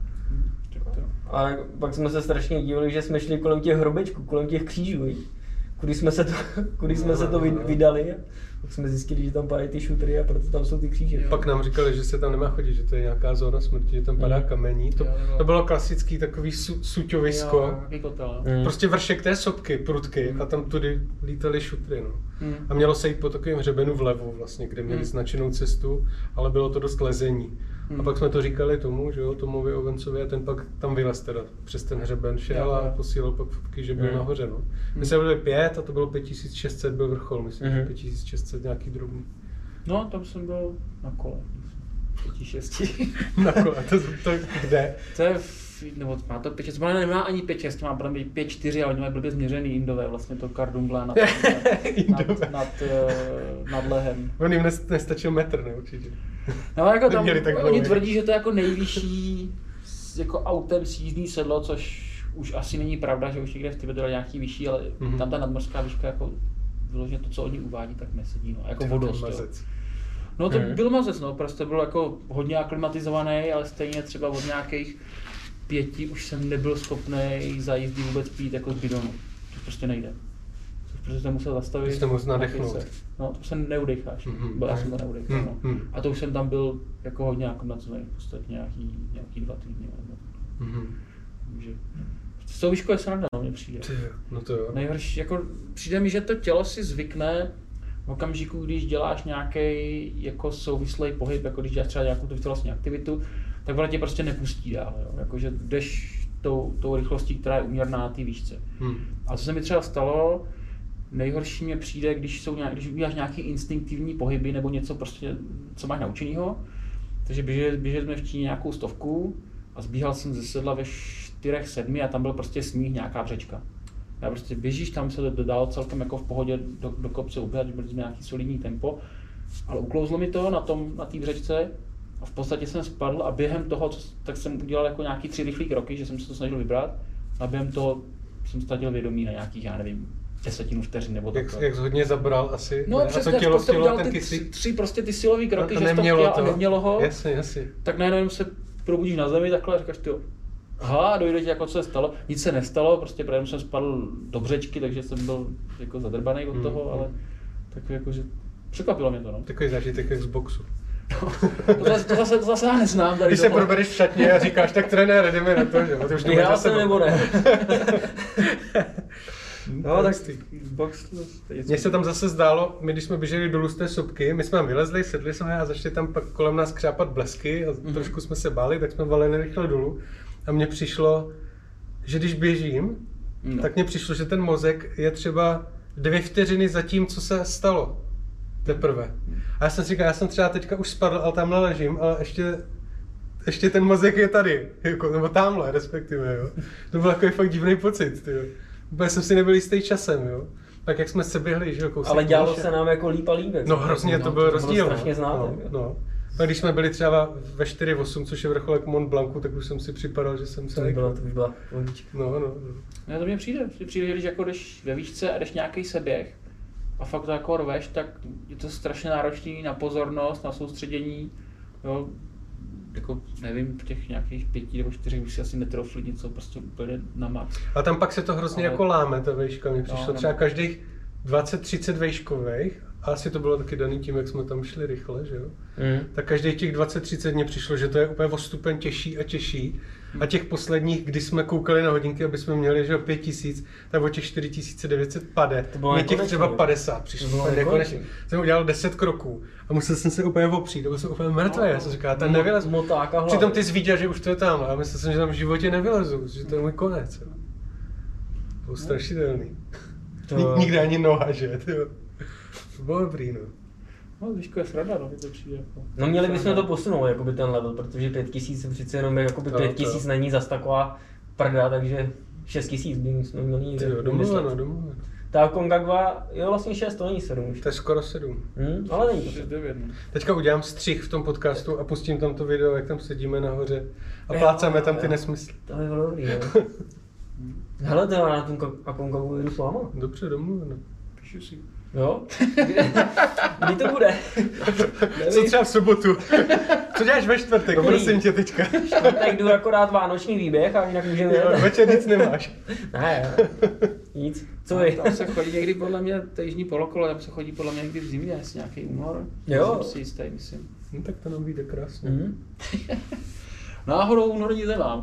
A pak jsme se strašně divili, že jsme šli kolem těch hrobečků, kolem těch křížů. Kudy jsme se to vydali, tak jsme zjistili, že tam padají ty šutry a proto tam jsou ty kříže. Pak nám říkali, že se tam nemá chodit, že to je nějaká zóna smrti, že tam padá kamení. To bylo klasický takový suťovisko. Prostě vršek té sopky, prudky a tam tudy lítali šutry. No. A mělo se jít po takovém hřebenu vlevo vlastně, kde měli značenou cestu, ale bylo to dost lezení. A pak jsme to říkali Tomovi Ovencovi a ten pak tam vylez teda přes ten hřeben šel a posílal pak fotky, že byl nahoře. No. My jsme byli 5 a to bylo 5600, byl vrchol, myslím, že 5600 nějaký drobný. No, tam jsem byl na kole. 5,6. Na kole, to kde? To je, nebo má to 5,6, ale nemá ani 5,6, má podle mě 5,4, ale oni mají blbě změřený Indové, vlastně to Kardumbla nad Lehem. On jim nestačil metr, ne, určitě. No jako tam, oni tvrdí, že to je jako nejvyšší jako autem sjízdný sedlo, což už asi není pravda, že už někde v Tibetu je nějaký vyšší, ale tam ta nadmořská výška jako vyloženě to, co oni uvádí, tak nesedí, no, jako vodost. No to byl mazec, no, prostě byl jako hodně aklimatizovaný, ale stejně třeba od nějakých 5 už jsem nebyl schopný za jízdy vůbec pít jako z bidonu. To prostě nejde. Protože jsem musel zastavit. Jste musel nadechnout. No, to se neudecháš. Já jsem to neudechal, no. A to už jsem tam byl jako hodně aklimatizovaný, v podstatě nějaký 2 týdny. Takže s tou výškou je sranda, no, mně přijde. No to jo. Nejhorší, jako přijde mi, že to tělo si zvykne v okamžiku, když děláš nějaký jako souvislý pohyb, jako když děláš třeba nějakou tu tělesní aktivitu, tak ona tě prostě nepustí dál, jo. Jakože jdeš tou rychlostí, která je úměrná té výšce. A co se mi třeba stalo, nejhorší mě přijde, když uděláš nějaký instinktivní pohyby nebo něco prostě, co máš naučenýho. Takže běželi jsme v Číně nějakou 100 a zbíhal jsem ze sedla ve 4-7 a tam byl prostě sníh, nějaká břečka. Já prostě běžíš, tam se dodal celkem jako v pohodě do kopce uběhat, byli jsme nějaký solidní tempo, ale uklouzlo mi to na té břečce a v podstatě jsem spadl a během toho, tak jsem udělal jako nějaký 3 rychlý kroky, že jsem se to snažil vybrat a během toho jsem ztratil vědomí na nějakých, já nevím, 10 vteřin nebo tak. Jak hodně zabral asi? No přesně, jak prostě udělal ty 3 prostě ty silový kroky, že jsi to chtěl a nemělo ho, jasně. Tak najednou se probudíš na zemi takhle a říkáš ty aha, dojde ti jako co se stalo, nic se nestalo, prostě protože jsem spadl do břečky, takže jsem byl jako zadrbaný od toho, ale takový jako, že překvapilo mě to, no. Takový zážitek jak z boxu. To zase já neznám tady. Když se probereš v šatně a říkáš, tak trenér, jdeme na to, že? To už Vyhrál jsem nebo ne? No, tak mně se tam zase zdálo, my když jsme běželi dolů z té sopky, my jsme tam vylezli, sedli jsme a začali tam pak kolem nás křápat blesky a trošku jsme se báli, tak jsme valili rychle dolů. A mně přišlo, že když běžím, tak mně přišlo, že ten mozek je třeba 2 vteřiny za tím, co se stalo. Teprve. A já jsem si říkal, já jsem třeba teďka už spadl, ale tamhle ležím, ale ještě ten mozek je tady, jako, nebo tamhle respektive, jo. To byl takový fakt divný pocit, tyjo. Úplně jsem si nebyl jistý časem, jo. Tak jak jsme se běhli, že jo, kousek. Ale dělalo se nám jako líp a líp. No hrozně, to byl rozdíl. Strašně znát. No. A když jsme byli třeba ve 4,8, což je vrcholek Mont Blancu, tak už jsem si připadal, že jsem se... To už byla vodička. No. Ne, to mně přijde, že když jako jdeš ve výšce a jdeš nějaký seběh a fakt to jako rveš, tak je to strašně náročný na pozornost, na soustředění, jo. Jako nevím, v těch nějakých 5 nebo 4 už si asi netroufli něco prostě úplně na max. A tam pak se to hrozně jako láme, ta vejška, mně přišlo třeba každých 20-30 vejškových, a asi to bylo taky daný tím, jak jsme tam šli rychle, že jo? Tak každých těch 20-30 mně přišlo, že to je úplně o stupeň těžší a těžší. A těch posledních, kdy jsme koukali na hodinky, aby jsme měli, že jo, 5000, tak o těch 4900 pade. Mě těch třeba 50 přišlo. Jsem udělal 10 kroků a musel jsem se úplně opřít, to byl jsem úplně mrtvý. Já jsem říkal, ten nevylez. Přitom ty jsi viděl, že už to je tam, a myslel jsem, že tam v životě nevylezu, že to je můj konec. Jo. To bylo strašidelný. Nikdy ani noha, že? Tyjo. To bylo dobrý, no. No, Výšku je sranda, no, to přijde jako... No měli bychom to posunout, jakoby ten level, protože 5000 přece jenom je, jakoby 5000 není zas taková prda, takže 6000 by jsme měli někde domluveno. Ta Aconcagua je vlastně 6, to není 7 už. To je skoro 7. Ale není to. 9. Teďka udělám střih v tom podcastu a pustím tam to video, jak tam sedíme nahoře a plácáme tam ty nesmysly. To je dobrý, jo. Hele, to na tom Aconcagua jdu s váma. Dobře, domluveno. Píšu si. Jo? Kdy to bude? Co třeba v sobotu? Co děláš ve čtvrtek? Prosím tě teďka. Čtvrtek jdu akorát vánoční výběh a jinak můžeme jít. Večer nic nemáš. Ne, nic. Co vy? Tam se chodí někdy podle mě, to jižní polokolo, tam se chodí podle mě někdy v zimě, asi nějaký únor. Jo. Jsem si jistý, myslím. No tak to nám vyjde krásně. Náhodou únor nic nemám.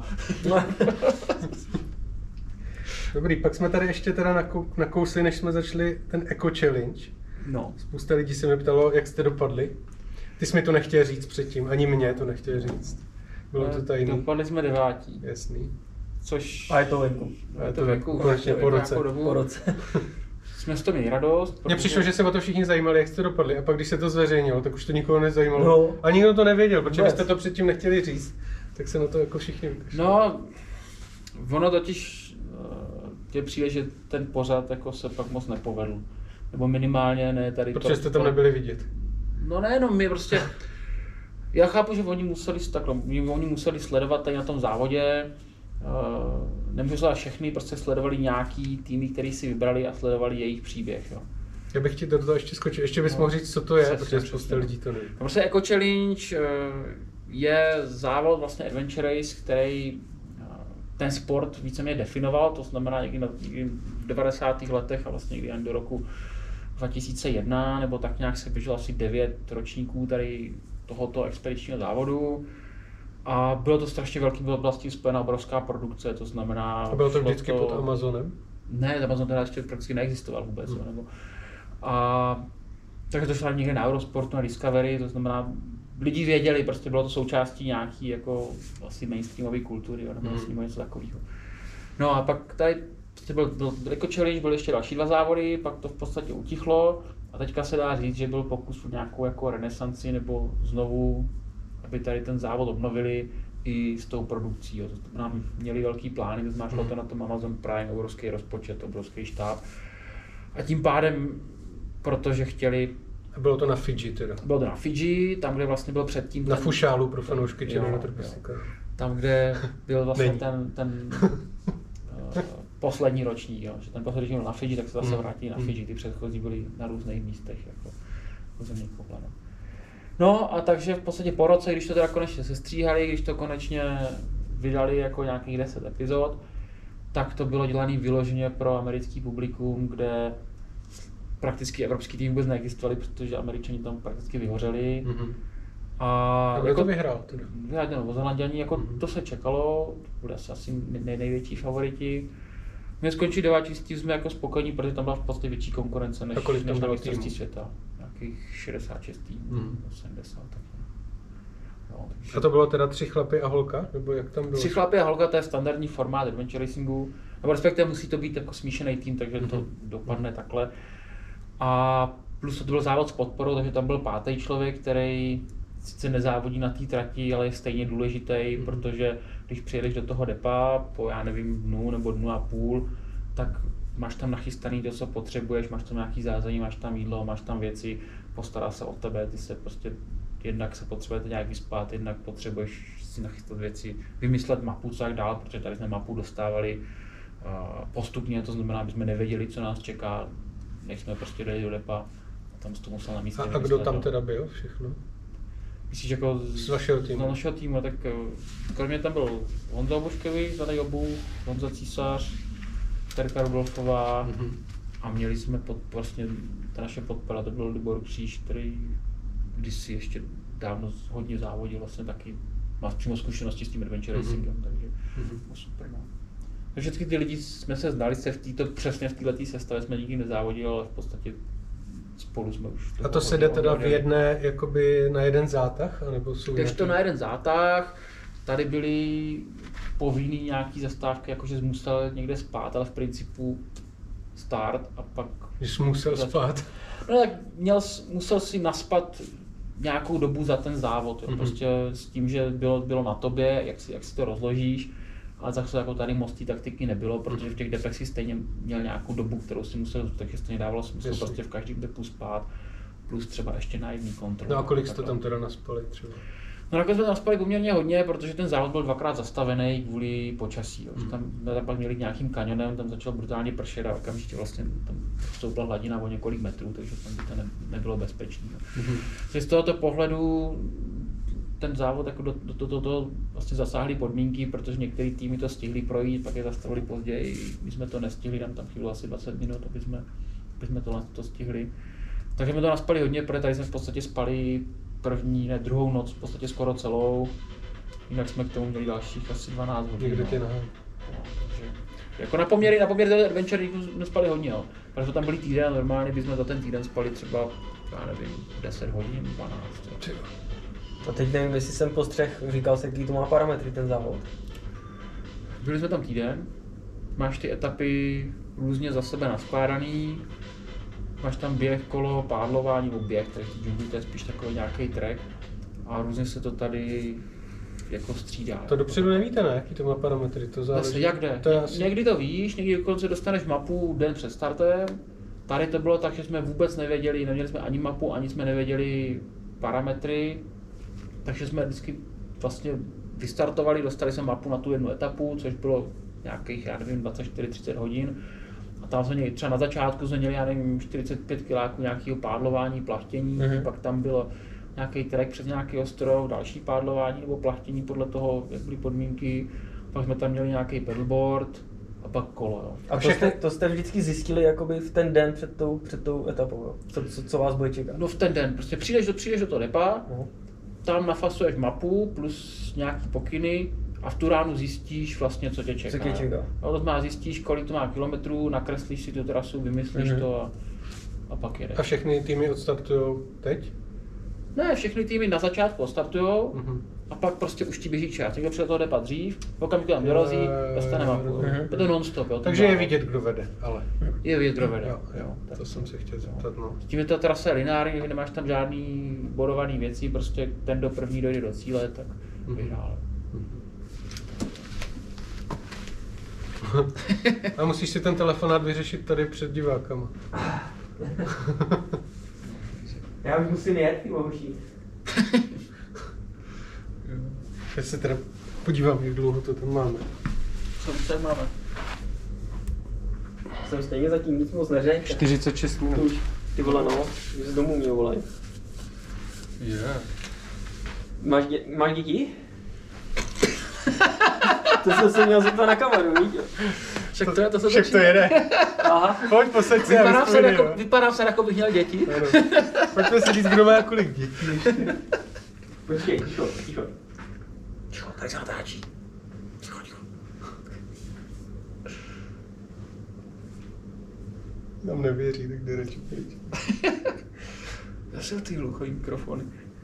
Dobrý, pak jsme tady ještě teda nakousli, než jsme začali ten Eco Challenge. No. Spousta lidí se mě ptalo, jak jste dopadli. Ty jsi mi to nechtěl říct předtím, ani mě to nechtěl říct. Bylo to tajný. Dopadli jsme 9. Jasný. Což... A je to venku. Je to venku. Konečně po roce. Po roce. Jsme z toho měli radost. Mně přišlo, že se o to všichni zajímali, jak jste dopadli, a pak když se to zveřejnilo, tak už to nikoho nezajímalo. No. A nikdo to nevěděl, protože vy jste to předtím nechtěli říct, tak se na to jako všichni vykašli. No, ono totiž tě přijde, že ten pořad jako se pak moc nepovedl. Nebo minimálně ne tady protože jste tam nebyli vidět. No nejenom my prostě, já chápu, že oni museli sledovat tady na tom závodě, nemůžu sledovat všechny, prostě sledovali nějaký týmy, který si vybrali a sledovali jejich příběh. Jo. Já bych ti do toho ještě skočil, ještě bys mohl říct, co to je, Přesně, protože spousta lidí to neví. No, prostě Eco Challenge je závod, vlastně adventure race, který ten sport víceméně definoval, to znamená někdy v 90. letech a vlastně někdy jen do roku 2001, nebo tak nějak se běželo asi 9 ročníků tady tohoto expedičního závodu. A bylo to strašně velký, byla s tím spojena obrovská produkce, to znamená... A bylo to vždycky pod Amazonem? Ne, Amazon teda ještě prakticky neexistoval vůbec. Nebo, a takže to šlo někde na Eurosportu, na Discovery, to znamená, lidi věděli, prostě bylo to součástí nějaký jako asi mainstreamové kultury, nebo vlastně něco takového. No a pak tady byl Eco Challenge, byly ještě další 2 závody, pak to v podstatě utichlo a teďka se dá říct, že byl pokus o nějakou jako renesanci nebo znovu, aby tady ten závod obnovili i s tou produkcí. Jo. To nám měli velký plány, to znamená, šlo to na tom Amazon Prime, obrovský rozpočet, obrovský štáb. A tím pádem, protože chtěli... Bylo to na Fidži teda? Bylo to na Fidži, tam, kde vlastně byl předtím... Na Fušálu pro fanoušky Červeného trpaslíka. Tam, kde byl vlastně ten poslední ročník, jo. Že ten poslední byl na Fidži, tak se zase vrátí na Fidži, ty předchozí byly na různých místech, jako zemních poplanů. No a takže v podstatě po roce, když to teda konečně sestříhali, když to konečně vydali jako nějakých 10 epizod, tak to bylo dělané vyloženě pro americký publikum, kde prakticky evropský tým vůbec neexistovali, protože Američani tam prakticky vyhořeli. A kdo to vyhrál teda? Novozelanďani, jako to se čekalo, to bude asi největší favoriti. My skončili 9. s tím jsme jako spokojení, protože tam byla v podstatě větší konkurence než na mistrovství světa. Nějakých 66 týmů, 70. No, a to bylo teda 3 chlapy a holka? Nebo jak tam bylo? 3 chlapy a holka, to je standardní formát adventure racingu. Nebo respektive musí to být jako smíšený tým, takže to dopadne takhle. A plus to byl závod s podporou, takže tam byl 5. člověk, který sice nezávodí na té trati, ale je stejně důležitý, protože když přijedeš do toho depa po, já nevím, dnu nebo dnu a půl, tak máš tam nachystaný to, co potřebuješ, máš tam nějaký zázemí, máš tam jídlo, máš tam věci, postará se o tebe, ty se prostě jednak se potřebujete nějak vyspat, jednak potřebuješ si nachystat věci, vymyslet mapu, co jak dál, protože tady jsme mapu dostávali postupně, to znamená, aby jsme nevěděli, co nás čeká, než jsme prostě dojeli do depa a tam to musel na místě A kdo tam teda byl všechno? Myslíš jako z vašeho týmu? Z našeho týmu, tak kromě tam byl Honza Oboškevý, Zadaj Obu, Honza Císař, Terka Rudolfová a měli jsme vlastně ta naše podpora, to byl Libor Kříž, který kdysi ještě dávno hodně závodil, vlastně taky má přímo zkušenosti s tím adventure racingem, takže super. No. Všechny ty lidi jsme se znali, přesně v této sestavě jsme nikdy nezávodili, ale v podstatě spolu jsme už... A to se jde teda v jedné, jakoby na jeden zátah? Anebo jsou takže to na jeden zátah, tady byly povinný nějaký zastávky, jakože jsi musel někde spát, ale v principu start a pak... Že jsi musel spát? No tak musel si naspat nějakou dobu za ten závod, jo. Prostě s tím, že bylo na tobě, jak si to rozložíš, ale zase jako tady mostí taktiky nebylo, protože v těch depech si stejně měl nějakou dobu, kterou si musel, takže stejně dávalo smysl prostě v každém depu spát, plus třeba ještě na jedný kontrol. No a kolik jste tam teda naspali třeba? No nakonec jsme naspali poměrně hodně, protože ten závod byl 2krát zastavený kvůli počasí. Jo. Tam pak měli nějakým kanionem, tam začalo brutálně pršet a okamžitě vlastně tam stoupla hladina o několik metrů, takže tam by to nebylo bezpečné. Z tohoto pohledu ten závod jako do toho vlastně zasáhly podmínky, protože některé týmy to stihly projít, pak je zastavili později, my jsme to nestihli, tam chybilo asi 20 minut, aby jsme to stihli. Takže jsme to naspali hodně, protože tady jsme v podstatě spali druhou noc, v podstatě skoro celou, jinak jsme k tomu měli dalších asi 12 hodin. Někde ty nahé. Jako na poměry adventure jsme spali hodně, jo. Protože tam byli týden, normálně bychom za ten týden spali třeba, já nevím, 10 hodin, 12. Jo. A teď nevím, jestli jsem postřeh, říkal se, jaký to má parametry ten závod. Byli jsme tam týden, máš ty etapy různě za sebe naskládaný, máš tam běh, kolo, pádlování nebo běh, takže to je spíš takový nějaký track a různě se to tady jako střídá. To dopředu nevíte, ne? Jaký to má parametry? To záleží. Zase jak jde? Někdy to víš, někdy dokonce dostaneš mapu den před startem. Tady to bylo tak, že jsme vůbec nevěděli, neměli jsme ani mapu, ani jsme nevěděli parametry. Takže jsme vždycky vlastně vystartovali, dostali jsme mapu na tu jednu etapu, což bylo nějakých, já nevím, 24-30 hodin. A tam jsme třeba na začátku jsme měli, já nevím, 45 kiláků nějakého pádlování, plachtění, pak tam bylo nějaký trek přes nějaký ostrov, další pádlování nebo plachtění podle toho, jak byly podmínky. Pak jsme tam měli nějaký pedalboard a pak kolo. Jo. A to jste vždycky zjistili jakoby v ten den před tou etapou, jo? Co vás bude čekat? No v ten den, prostě přijdeš do toho depa, tam nafasuješ mapu plus nějaký pokyny a v tu ránu zjistíš vlastně, co tě čeká. No, to znamená, zjistíš, kolik to má kilometrů, nakreslíš si tu trasu, vymyslíš to a pak jedeš. A všechny týmy odstartujou teď? Ne, všechny týmy na začátku odstartujou a pak prostě už ti běží čas. Někdo před toho depa dřív, okamžitě tam dorazí, dostane mapu. Je to non-stop. Jo, takže je vidět, kdo vede, ale. Je vidět, kdo vede. Jo, to jsem se chtěl zeptat, no. S tím je ta trasa lineární, že nemáš tam žádný bodovaný věci, prostě ten do první dojde do cíle, tak vyhrál. A musíš si ten telefonát vyřešit tady před divákama. Já už musím jet, ty bohuží. Já se teda podívám, jak dlouho to tam máme. Co už tak máme? Jsem stejně zatím nic moc neřekl. 46 minut. Už, ty vole, no, už z domu mě volají. Yeah. Máš děti? To jsem se měl zeptat na kameru, víš? Však to jede. Aha. Pojď, posaď se. Vypadám se, jako bych měl děti. Pojďme si říct, kdo má kolik dětí. Počkej, ticho. Ticho, tady se natáčí. Ticho. Nám nevěří, tak jde radši pryč. Zase ty hluchový mikrofony.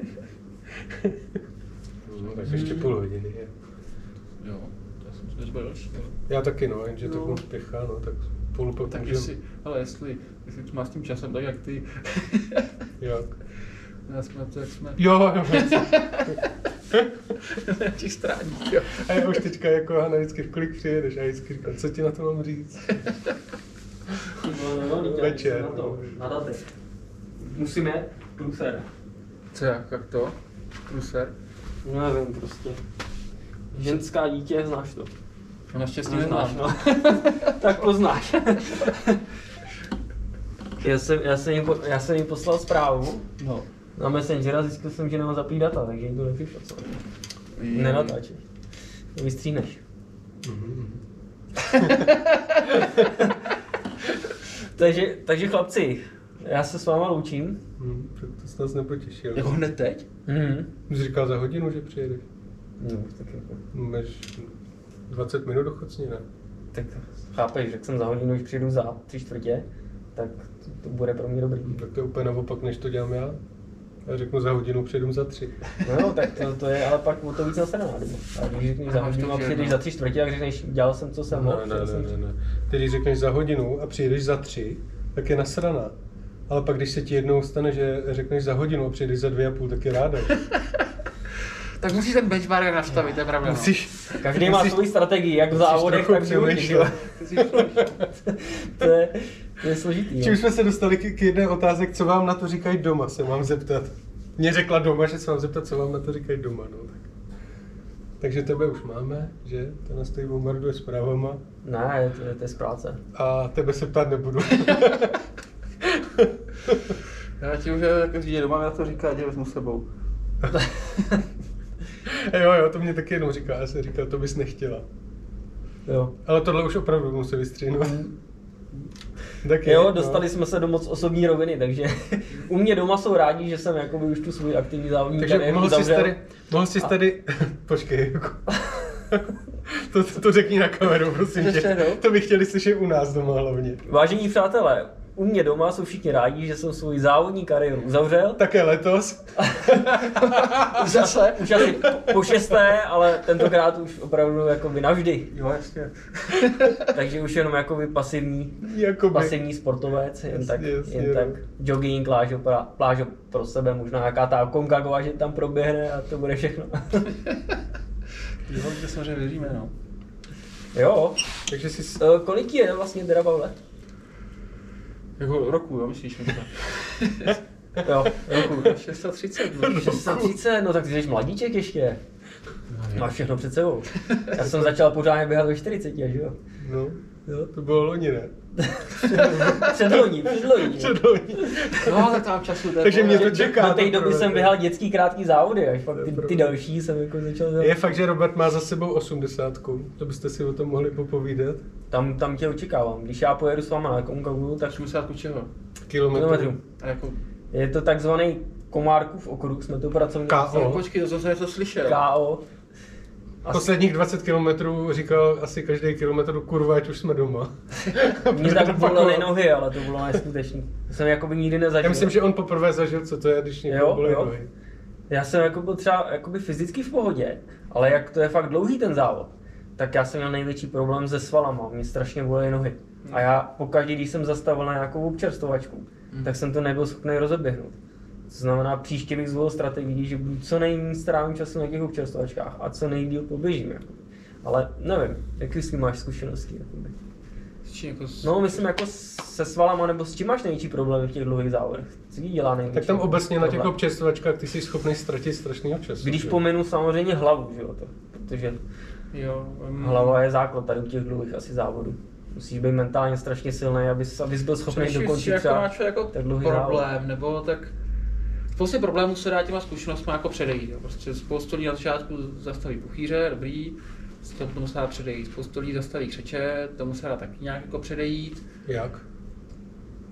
No, tak ještě půl hodiny je. Jo, já jsem si nezbyl další. Já taky no, jenže to bylo spěchá, no, tak půl pak Tak můžeme. jestli to má s tím časem, tak jak ty. Jak? Já jsme to, jak jsme. Jo. Na těch stráních, jo. A já už teďka jako Hana vždycky, kolik přijedeš, a já vždycky říkám, co ti na to mám říct? Večer. Na datech. Musíme průser. Co jak to? Pruser? No nevím, prostě. Ženská dítě, znáš to. No naštěstí Neznáš, neznám. no. Tak poznáš. Já jsem jí poslal zprávu No. na Messengera, zjistil jsem, že nemám zapít data, takže jí to nepřišlo. Co? Nenatáčeš. Vystříneš. takže chlapci, já se s váma loučím. Tak to jsi nás nepotěšil. Jako hned teď? Jsi říkal za hodinu, že přijedeš. No, tak jako. Máš 20 minut do Chocni, ne? Tak chápeš, řekl jsem za hodinu, už přijedu za 3/4, tak to bude pro mě dobrý. Tak to je úplně naopak, než to dělám já. Já řeknu za hodinu, přijedu za 3. No jo, tak to je ale pak o to víc nasraná doba. A když řekneš za hodinu a přijedeš za 3/4, tak řekneš, dělal jsem, co jsem mohl. Ne. Ty když řekneš za hodinu a přijedeš za 3, tak je nasraná. Ale pak když se ti jednou stane, že řekneš za hodinu a přijedeš za 2,5, tak je ráda. Tak musíš ten benchmark nastavit, to je pravda. Musíš, Každý má svou strategii, jak v závodech, tak v životě. To je složitý. Čím jsme se dostali k jedné otázek, co vám na to říkají doma, se mám zeptat. Mně řekla doma, že se mám zeptat, co vám na to říkají doma. No, tak. Takže tebe už máme, že? To nás tady bombarduje zprávama. Ne, to je z práce. A tebe se ptát nebudu. Já ti už jako říct, doma na to říká, že vezmu s sebou. Jo, to mě taky jenom říká, já jsem říkal, to bys nechtěla. Jo. Ale tohle už opravdu musí vystřihnout. Tak Jo, dostali jsme se do moc osobní roviny, takže u mě doma jsou rádi, že jsem jakoby už tu svůj aktivní závodní takže kariéru mohl jsi tady, počkej, jako. to řekni na kameru, prosím tě. To by chtěli slyšet u nás doma hlavně. Vážení přátelé, u mě doma jsou všichni rádi, že jsem svou závodní kariéru uzavřel. Také letos. Už asi po 6., ale tentokrát už opravdu jakoby navždy. Jo, jasně. Takže už jenom jakoby pasivní sportovec, jen tak jogging, plážo pro sebe, možná nějaká ta Aconcagua, že tam proběhne a to bude všechno. Jo, že samozřejmě věříme, no. Jo. Takže jsi... Kolik je vlastně teda, Pavle? Jako roku, jo, myslíš? Jo, roku. 630, no. 630, no tak ty jsi mladíček ještě. Máš všechno před sebou. Já jsem začal pořádně běhat ve 40, že jo? No, jo, to bylo loni, ne? Předloni. No, tak tam času. Takže mě to čeká. Do té doby jsem běhal dětský krátký závody, až pak ty další jsem jako začal dělat. Je fakt, že Robert má za sebou 80, to byste si o tom mohli popovídat. Tam tě očekávám. Když já pojedu s váma na Aconcagua, tak 80 čeho? Kilometrů. Jako... Je to takzvaný Komárkův okruh, jsme to pracovali. KO. Počkej, to zase něco slyšel. KO. Posledních 20 kilometrů říkal asi každý kilometr, kurva, ať už jsme doma. Mě tak bolely nohy, ale to bylo neskutečný. To jsem jakoby nikdy nezažil. Já myslím, že on poprvé zažil, co to je, když někoho bolí nohy. Já jsem jako byl třeba jakoby fyzicky v pohodě, ale jak to je fakt dlouhý ten závod, tak já jsem měl největší problém se svalama, mě strašně bolely nohy. A já pokaždé, když jsem zastavil na nějakou občerstvovačku, tak jsem to nebyl schopný rozeběhnout. To znamená, příště bych zvolil strategii, že budu co nejméně strávím času na těch občerstvovačkách a co nejdýl poběžím. Jakoby. Ale nevím, jaký s tím máš zkušenosti? Jakoby. No, myslím jako se svalama, nebo s čím máš největší problémy v těch dlouhých závodech? Co jí dělá největší? Tak tam obecně na těch občerstvovačkách ty jsi schopný ztratit strašného času. Když pominu samozřejmě hlavu, že jo, protože hlava je základ tady u těch dlouhých asi závodů. Musíš být mentálně strašně silný, abys byl schopný dokončit třeba jako tak dlouhý problém, závod. Nebo tak... Spoustě problémů se dá těma zkušenostmi jako předejít. Jo. Prostě spoustu lidí na začátku zastaví puchýře, dobrý, tomu se dá předejít. Spoustu lidí zastaví křeče, tomu se dá taky nějak jako předejít. Jak?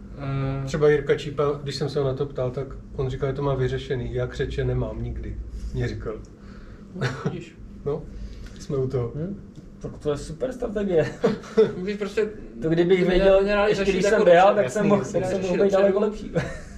Třeba Jirka Čípa, když jsem se ho na to ptal, tak on říkal, že to má vyřešený. Já křeče nemám nikdy. Mě říkal. Vidíš. No, jsme u toho. Tak to je super strategie. Můžeš prostě... To kdybych věděl, ještě když jsem běhal, tak jsem mohl být daleko lepší.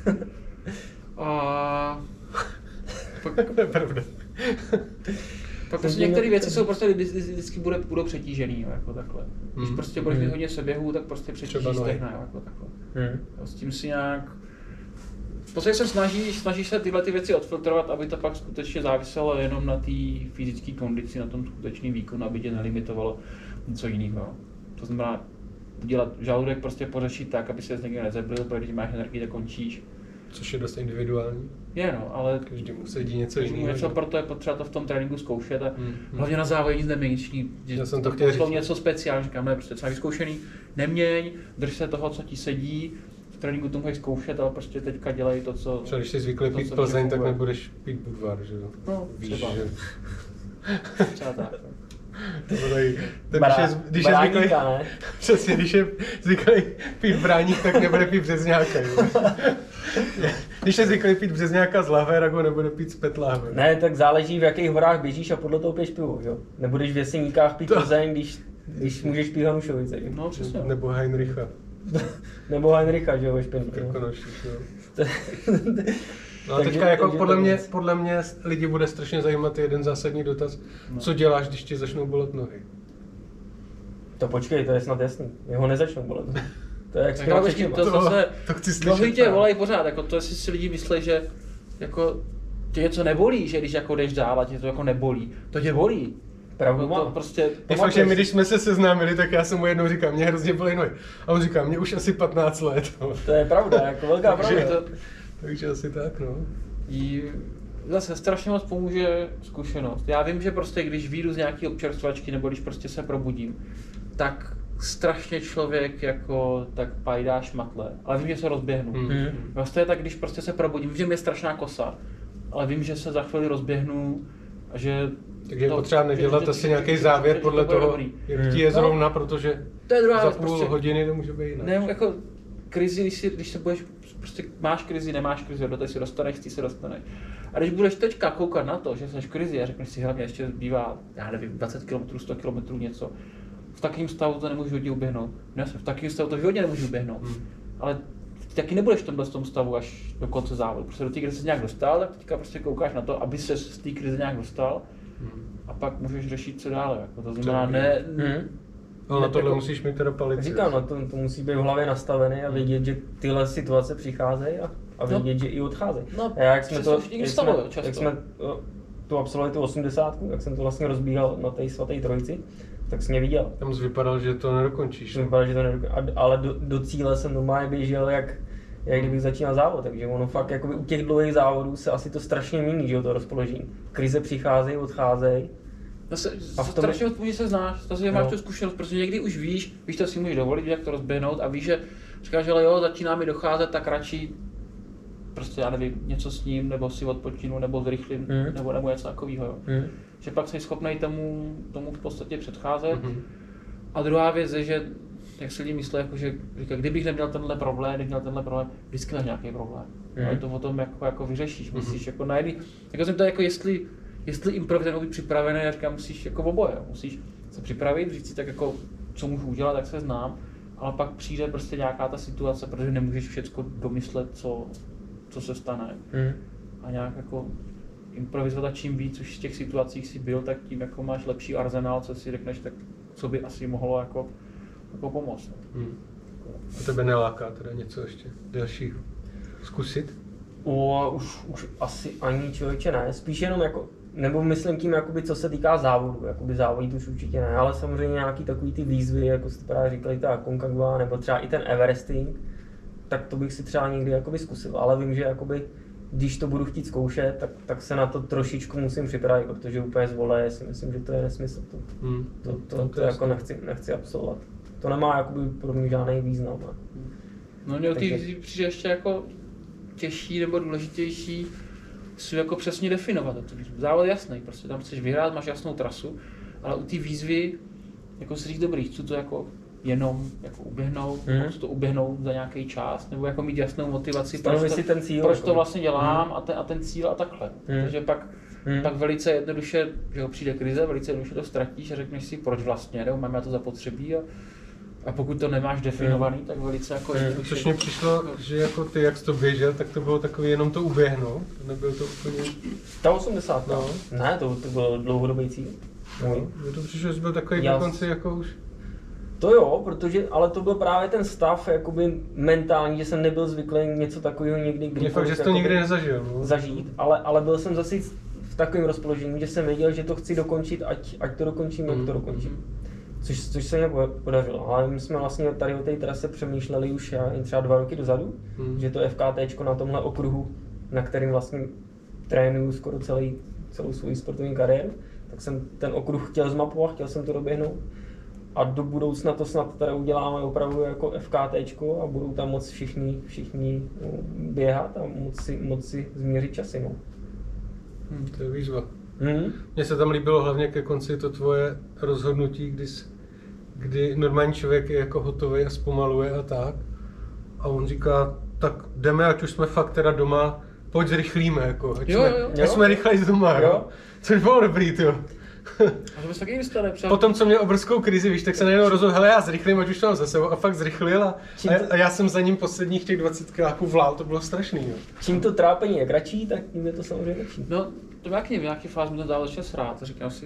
A... To je pravda. Pak prostě některé věci jsou prostě vždycky budou přetížený, jo, jako takhle. Když prostě budeš mít hodně seběhů, tak prostě přetížíš stehna, jo, jako takhle. S tím si nějak... V podstatě se snažíš se tyhle ty věci odfiltrovat, aby to pak skutečně záviselo jenom na té fyzické kondici, na tom skutečném výkonu, aby tě nelimitovalo něco jiného. To znamená udělat žaludek, prostě pořešit tak, aby se z někde nezeblil, protože když máš energii, tak končíš. Což je dost individuální. Je no, ale každému sedí něco jiného. Proto je potřeba to v tom tréninku zkoušet a hlavně na závodě nic nemění. Já jsem to chtěl říct. Něco speciálního, říkám, ne, prostě třeba vyzkoušený, neměň, drž se toho, co ti sedí, v tréninku to můžeš zkoušet, ale prostě teďka dělej to, co... Třeba když jsi zvyklý pít Plzeň, tak nebudeš pít Budvar, že jo? No, víš, třeba. Že... třeba tak. Když je zvyklý, přesně, když je zvyklý pít Bráník, tak nebude pít Březňáka. Když je zvyklý pít Březňáka z lahve, tak ho nebude pít z petláhve. Ne, tak záleží, v jakých horách běžíš a podle toho piješ pivo, jo. Nebudeš v Jeseníkách pít Plzeň, když můžeš pít Hanušovice. No, přesně. Nebo Heinricha. Nebo Heinricha, že jo, ve Špindlu. No a teďka jako podle mě lidi bude strašně zajímat jeden zásadní dotaz. No. Co děláš, když ti začnou bolet nohy? To počkej, to je snad jasný. Jeho nezačnou bolet. To je jak to chci slyšet. Nohy tě volají pořád, jako to si lidi myslí, že jako tě něco nebolí, že když jako jdeš dál a tě to jako nebolí. To tě bolí. Pravdu to prostě... Je fakt, že my když jsme se seznámili, tak já jsem mu jednou říkal, mě hrozně bolí nohy. A on říká, mě už asi 15 let. To je pravda, jako velká pravda. Takže asi tak, no. Zase strašně moc pomůže zkušenost. Já vím, že prostě když vyjdu z nějaký občerstvačky nebo když prostě se probudím, tak strašně člověk jako tak pajdá šmatle, ale vím, že se rozběhnu. Vlastně je tak, když prostě se probudím, vím, že mi je strašná kosa, ale vím, že se za chvíli rozběhnu a že... Takže je potřeba nedělat asi nějaký závěr podle toho, jak ti je zrovna, protože to je druhá za věc, půl prostě, hodiny to může být jinak. Ne, jako krizi, když se budeš, prostě máš krizi, nemáš krizi, do té si dostaneš, ty se dostaneš. A když budeš teďka koukat na to, že jsi v krizi a řekneš si hlavně ještě zbývá, já nevím, 20 km, 100 km něco, v takovém stavu to nemůžu hodně uběhnout. Ne, v takovém stavu to hodně nemůžu uběhnout. Ale ty taky nebudeš v tom stavu až do konce závodu. Prostě do té krize se nějak dostal, tak teďka prostě koukáš na to, aby se z té krize nějak dostal. A pak můžeš řešit, co dále. Jako to znamená, ne. No na tohle musíš mít teda palici. Říkám, no, to musí být v hlavě nastavený a vědět, že tyhle situace přicházejí a vědět, že i odcházejí. No, jak jsme tu absolvovali tu 80, jak jsem to vlastně rozbíhal na té svaté trojici, tak jsem mě viděl. Tam jsi vypadal, že to nedokončíš. Vypadal, že to nedokončíš, ale do cíle jsem normálně běžel, jak kdybych začínal závod, takže ono fakt jakoby u těch dlouhých závodů se asi to strašně mění, že jo, to rozpoložení. Krize přicházejí, odcházejí. A v tom strašně odpovědí se znáš, že máš tu zkušenost, protože někdy už víš, to si můžeš dovolit, jak to rozběhnout a víš, že říkáš, že jo, začíná mi docházet, tak radši prostě já nevím, něco s ním, nebo si odpočinu, nebo zrychlím, nebo něco takového, jo. Že pak jsi schopný tomu v podstatě předcházet. A druhá věc je, že jak si lidi myslí, jako, že říká, kdybych neměl tenhle problém, vždycky máš nějaký problém. Ale to o tom jako vyřešíš, myslíš jako na jedný, jako jsem to jako jestli improvizovat být připravený, já říkám, musíš jako oboje, musíš se připravit, říct si tak jako, co můžu udělat, tak se znám, ale pak přijde prostě nějaká ta situace, protože nemůžeš všecko domyslet, co se stane. A nějak jako improvizovat a čím víc už v těch situacích si byl, tak tím jako máš lepší arzenál, co si řekneš, tak co by asi mohlo jako pomoct. A tebe neláká teda něco ještě dalšího zkusit? Už asi ani člověče ne, spíš jenom jako, nebo myslím tím, jakoby, co se týká závodu, jakoby závodit už určitě ne, ale samozřejmě nějaký takový ty výzvy, jako jste právě říkali, ta Aconcagua, nebo třeba i ten Everesting, tak to bych si třeba někdy jakoby zkusil, ale vím, že jakoby, když to budu chtít zkoušet, tak se na to trošičku musím připravit, protože úplně z vole si myslím, že to je nesmysl, to jako nechci absolvovat. To nemá jakoby pro mě žádný význam. No mě ty výzvy přijde ještě jako těžší nebo důležitější si jako přesně definovat. Závod je jasný, prostě tam chceš vyhrát, máš jasnou trasu, ale u té výzvy jako si říct dobrý, chci to jako jenom jako uběhnout, nebo chci to uběhnout za nějaký čas, nebo jako mít jasnou motivaci, proč to vlastně dělám a ten cíl a takhle. Takže pak Pak velice jednoduše, že ho přijde krize, velice jednoduše to ztratíš a řekneš si, proč vlastně, nebo mám já to zapotřebí a pokud to nemáš definovaný, tak velice jako jednoduše. Což mě přišlo, že jako ty, jak jsi to běžel, tak to bylo takový jenom to uběhnout, nebyl to úplně... Ta 80, no. Ne, to byl dlouhodobý cíl. No, mně to přišlo, že jsi byl takový dokonce jako už... To jo, protože, ale to byl právě ten stav jakoby mentální, že jsem nebyl zvyklý něco takového někdy Je fakt, že jsi to nikdy nezažil. No. Zažít, ale byl jsem zase v takovém rozpoložení, že jsem věděl, že to chci dokončit, ať to dokončím, jak to dokončím. Což se mě podařilo, ale my jsme vlastně tady o té trase přemýšleli už třeba 2 roky dozadu, že to FKT na tomhle okruhu, na kterým vlastně trénuju skoro celou svou sportovní kariéru, tak jsem ten okruh chtěl zmapovat, chtěl jsem to doběhnout. A do budoucna to snad teda uděláme opravdu jako FKTčko a budou tam moc všichni běhat a moc si změřit časy. No. To je výzva. Mně se tam líbilo hlavně ke konci to tvoje rozhodnutí, kdy normální člověk je jako hotový a zpomaluje a tak. A on říká, tak jdeme, ať už jsme fakt teda doma, pojď zrychlíme, jako, ať jsme rychleji doma, jo? Což bylo dobrý, jo. A to bys taky vystane, Potom, co měl obrovskou krizi, víš, tak se najednou rozhodl, hele, já zrychlím, ať už to mám za sebou, a fakt zrychlil a já jsem za ním posledních těch 20 kiláků vlál, to bylo strašný, jo. Čím to trápení je kratší, tak tím je to samozřejmě lepší. No, to v nějaký fázi mi to dál začne srát, říkám si,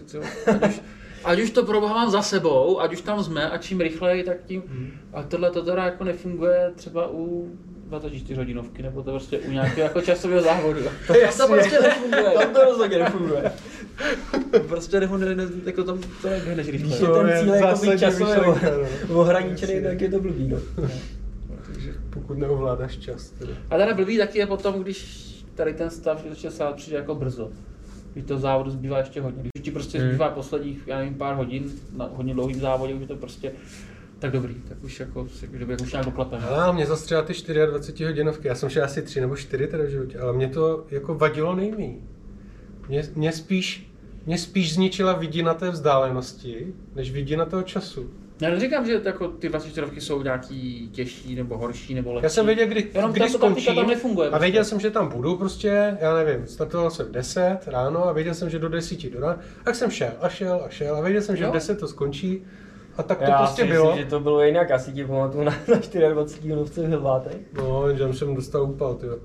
ať už to proboha mám za sebou, ať už tam jsme a čím rychleji, tak tím, a tohle to teda jako nefunguje třeba u 24 hodinovky, nebo to prostě u nějakého jako časového závodu. To prostě nefunguje. Tam to rozhodně nefunguje. Prostě jako tam to neběhneš rychle. Když je ten cíl jako časově ohraničený, tak je to blbý, no. Takže pokud neovládáš čas. Teda. A teda blbý taky je potom, když tady ten stav, že začne stát přijde jako brzo. Když to závodu zbývá ještě hodně. Když ti prostě zbývá posledních, já nevím, pár hodin na hodně dlouhým závodě, už je to prostě tak dobrý, tak už jako, že by už nějak doklepeme. Ale mě zase třeba ty 24 hodinovky, já jsem šel asi 3 nebo 4 teda v životě, ale mě to jako vadilo nejméně. Mě spíš zničila vidina té vzdálenosti, než vidina toho času. Já neříkám, že jako ty 24 jsou nějaký těžší nebo horší nebo lepší. Já jsem věděl, kdy skončím tam nefunguje, a věděl jsem, že tam budu prostě, já nevím, startoval jsem v 10 ráno a věděl jsem, že do 10 do rána, tak jsem šel a věděl jsem, že v 10 to skončí a tak to já prostě si bylo. Myslím, že to bylo jinak, asi ti pamatuju na 24 hodinovce v Hilvátech. No, že jsem dostal úpal, tyjo.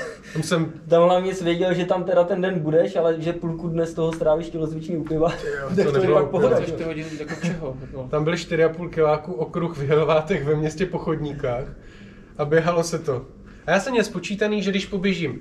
Tam hlavně jsi věděl, že tam teda ten den budeš, ale že půlku dne z toho strávíš tělocvičný u piva. To nebylo pak pohoda. Jako čeho? Tam byly 4,5 kiláku okruh v Hilvátech ve městě po chodníkách a běhalo se to. A já jsem měl spočítaný, že když poběžím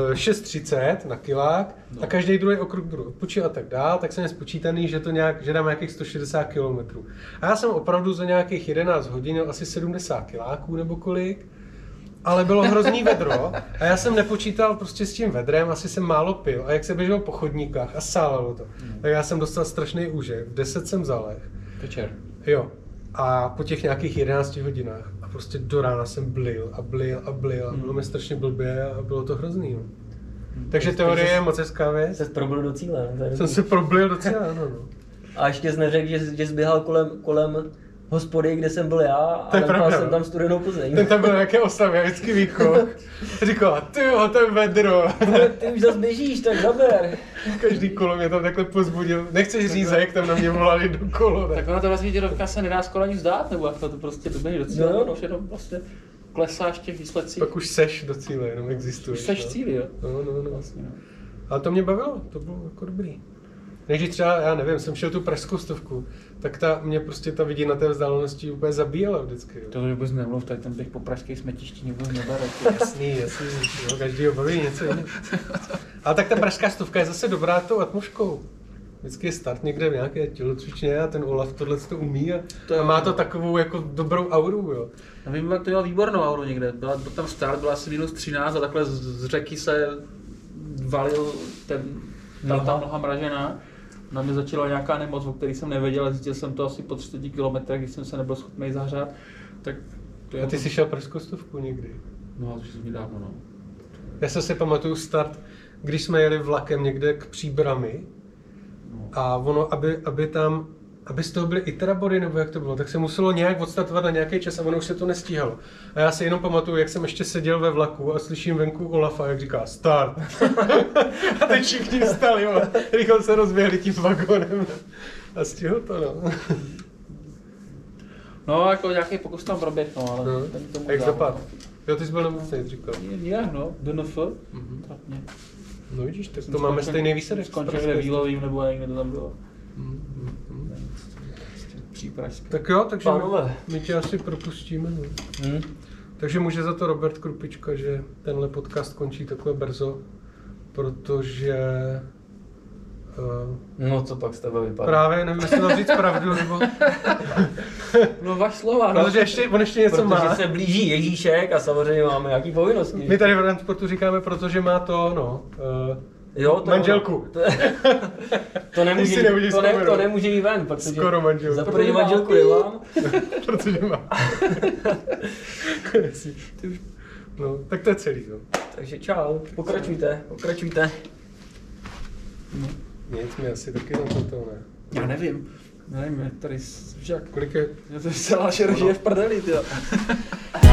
6,30 na kilák a každý druhý okruh budu odpočít a tak dál, tak jsem měl spočítaný, že dám nějakých 160 km. A já jsem opravdu za nějakých 11 hodin měl asi 70 kiláků nebo kolik, ale bylo hrozný vedro a já jsem nepočítal prostě s tím vedrem, asi jsem málo pil a jak se běželo po chodníkách a sálalo to, tak já jsem dostal strašný úžek, v 10 jsem zaleh. Večer. Jo. A po těch nějakých 11 hodinách a prostě do rána jsem blil a bylo mi strašně blbě a bylo to hrozný. No. Takže teorie je moc hezká věc. Jsi probil do cíle. Jsem se probil do cíle, ano. No. A ještě jsi neřekl, že jsi běhal kolem hospody, kde jsem byl já a napal jsem tam studenou Plzeň. Ten tam byl nějaké oslavěvický výkop. Říkal, tyjo, to je vedro. Ty už zase běžíš, tak zaber. Každý kolo mě tam takhle pozbudil. Nechceš říct, jak tam na mě volali do kolo. Tak ona to vlastně děrovka se nedá skoro ani vzdát, nebo jako to prostě doběhneš do cíle, no. Už jenom vlastně klesáš těch výsledcích. Pak už seš do cíle, jenom existuješ. Už seš v cíli, jo? No. Vlastně, no. Ale to mě bavilo, to bylo jako dobrý. Než třeba, já nevím, jsem šel tu pražskou stovku, tak mě prostě ta vidina té vzdálenosti úplně zabíjela vždycky. Jo. To vůbec nemluv, tady ten běh po pražských smetišti nikdo nebere. Jasný, jo, každýho baví něco jiného. Ale tak ta pražská stovka je zase dobrá tou atmosférou. Vždycky je start někde v nějaké tělocvičně a ten Olaf tohle to umí a má to takovou jako dobrou auru, jo. Já vím, jak to měl výbornou auru někde. Byl tam start, byla asi -13 a takhle z řeky se valil tam noha mražená. Na mě začala nějaká nemoc, o který jsem nevěděl, zjistil jsem to asi po 30 km, když jsem se nebyl schopný zahřát. Tak to a ty jsi šel pražskou stovku někdy? No, už jsem dávno, no. Já se pamatuju start, když jsme jeli vlakem někde k Příbrami a ono, aby tam aby z toho byly i teda body, nebo jak to bylo, tak se muselo nějak odstartovat na nějaký čas a ono už se to nestíhalo. A já si jenom pamatuju, jak jsem ještě seděl ve vlaku a slyším venku Olafa, jak říká start. A teď všichni vstali, jo. Rychle se rozběhli tím vagonem a stihl to, no. No, jako nějaký pokus tam proběh, no, ale No. ten tomu Jak dál. zapad? Jo, ty jsi byl nemocnej, říkal. Nějak, no, DNF. Tak mě. No vidíš, tak to máme stejný výsledek. Skončil kde Vílovým, nebo někde to tam bylo. Přípražské. Tak jo, takže Pánové. my tě asi propustíme. No. Hm? Takže může za to Robert Krupička, že tenhle podcast končí takhle brzo, protože No co pak z tebe vypadá? právě nevím, jestli to říct pravdu, nebo No vaš slova, no. protože on ještě něco Protože má. se blíží Ježíšek a samozřejmě máme nějaký povinnosti. My tady v Transportu říkáme, protože má to, no, Jo, to manželku. To nemůže, si nemůžeš to vzpomenout. nemůže jít ven, protože Skoro manželku. za první manželku nemám. Protože má. No, tak to je celý, no. Takže čau, pokračujte. Nic, mi asi taky na to ne. Já nevím. Nevím, je tady žák. Kolik je? Já to celá šera žije v prdeli, tyjo.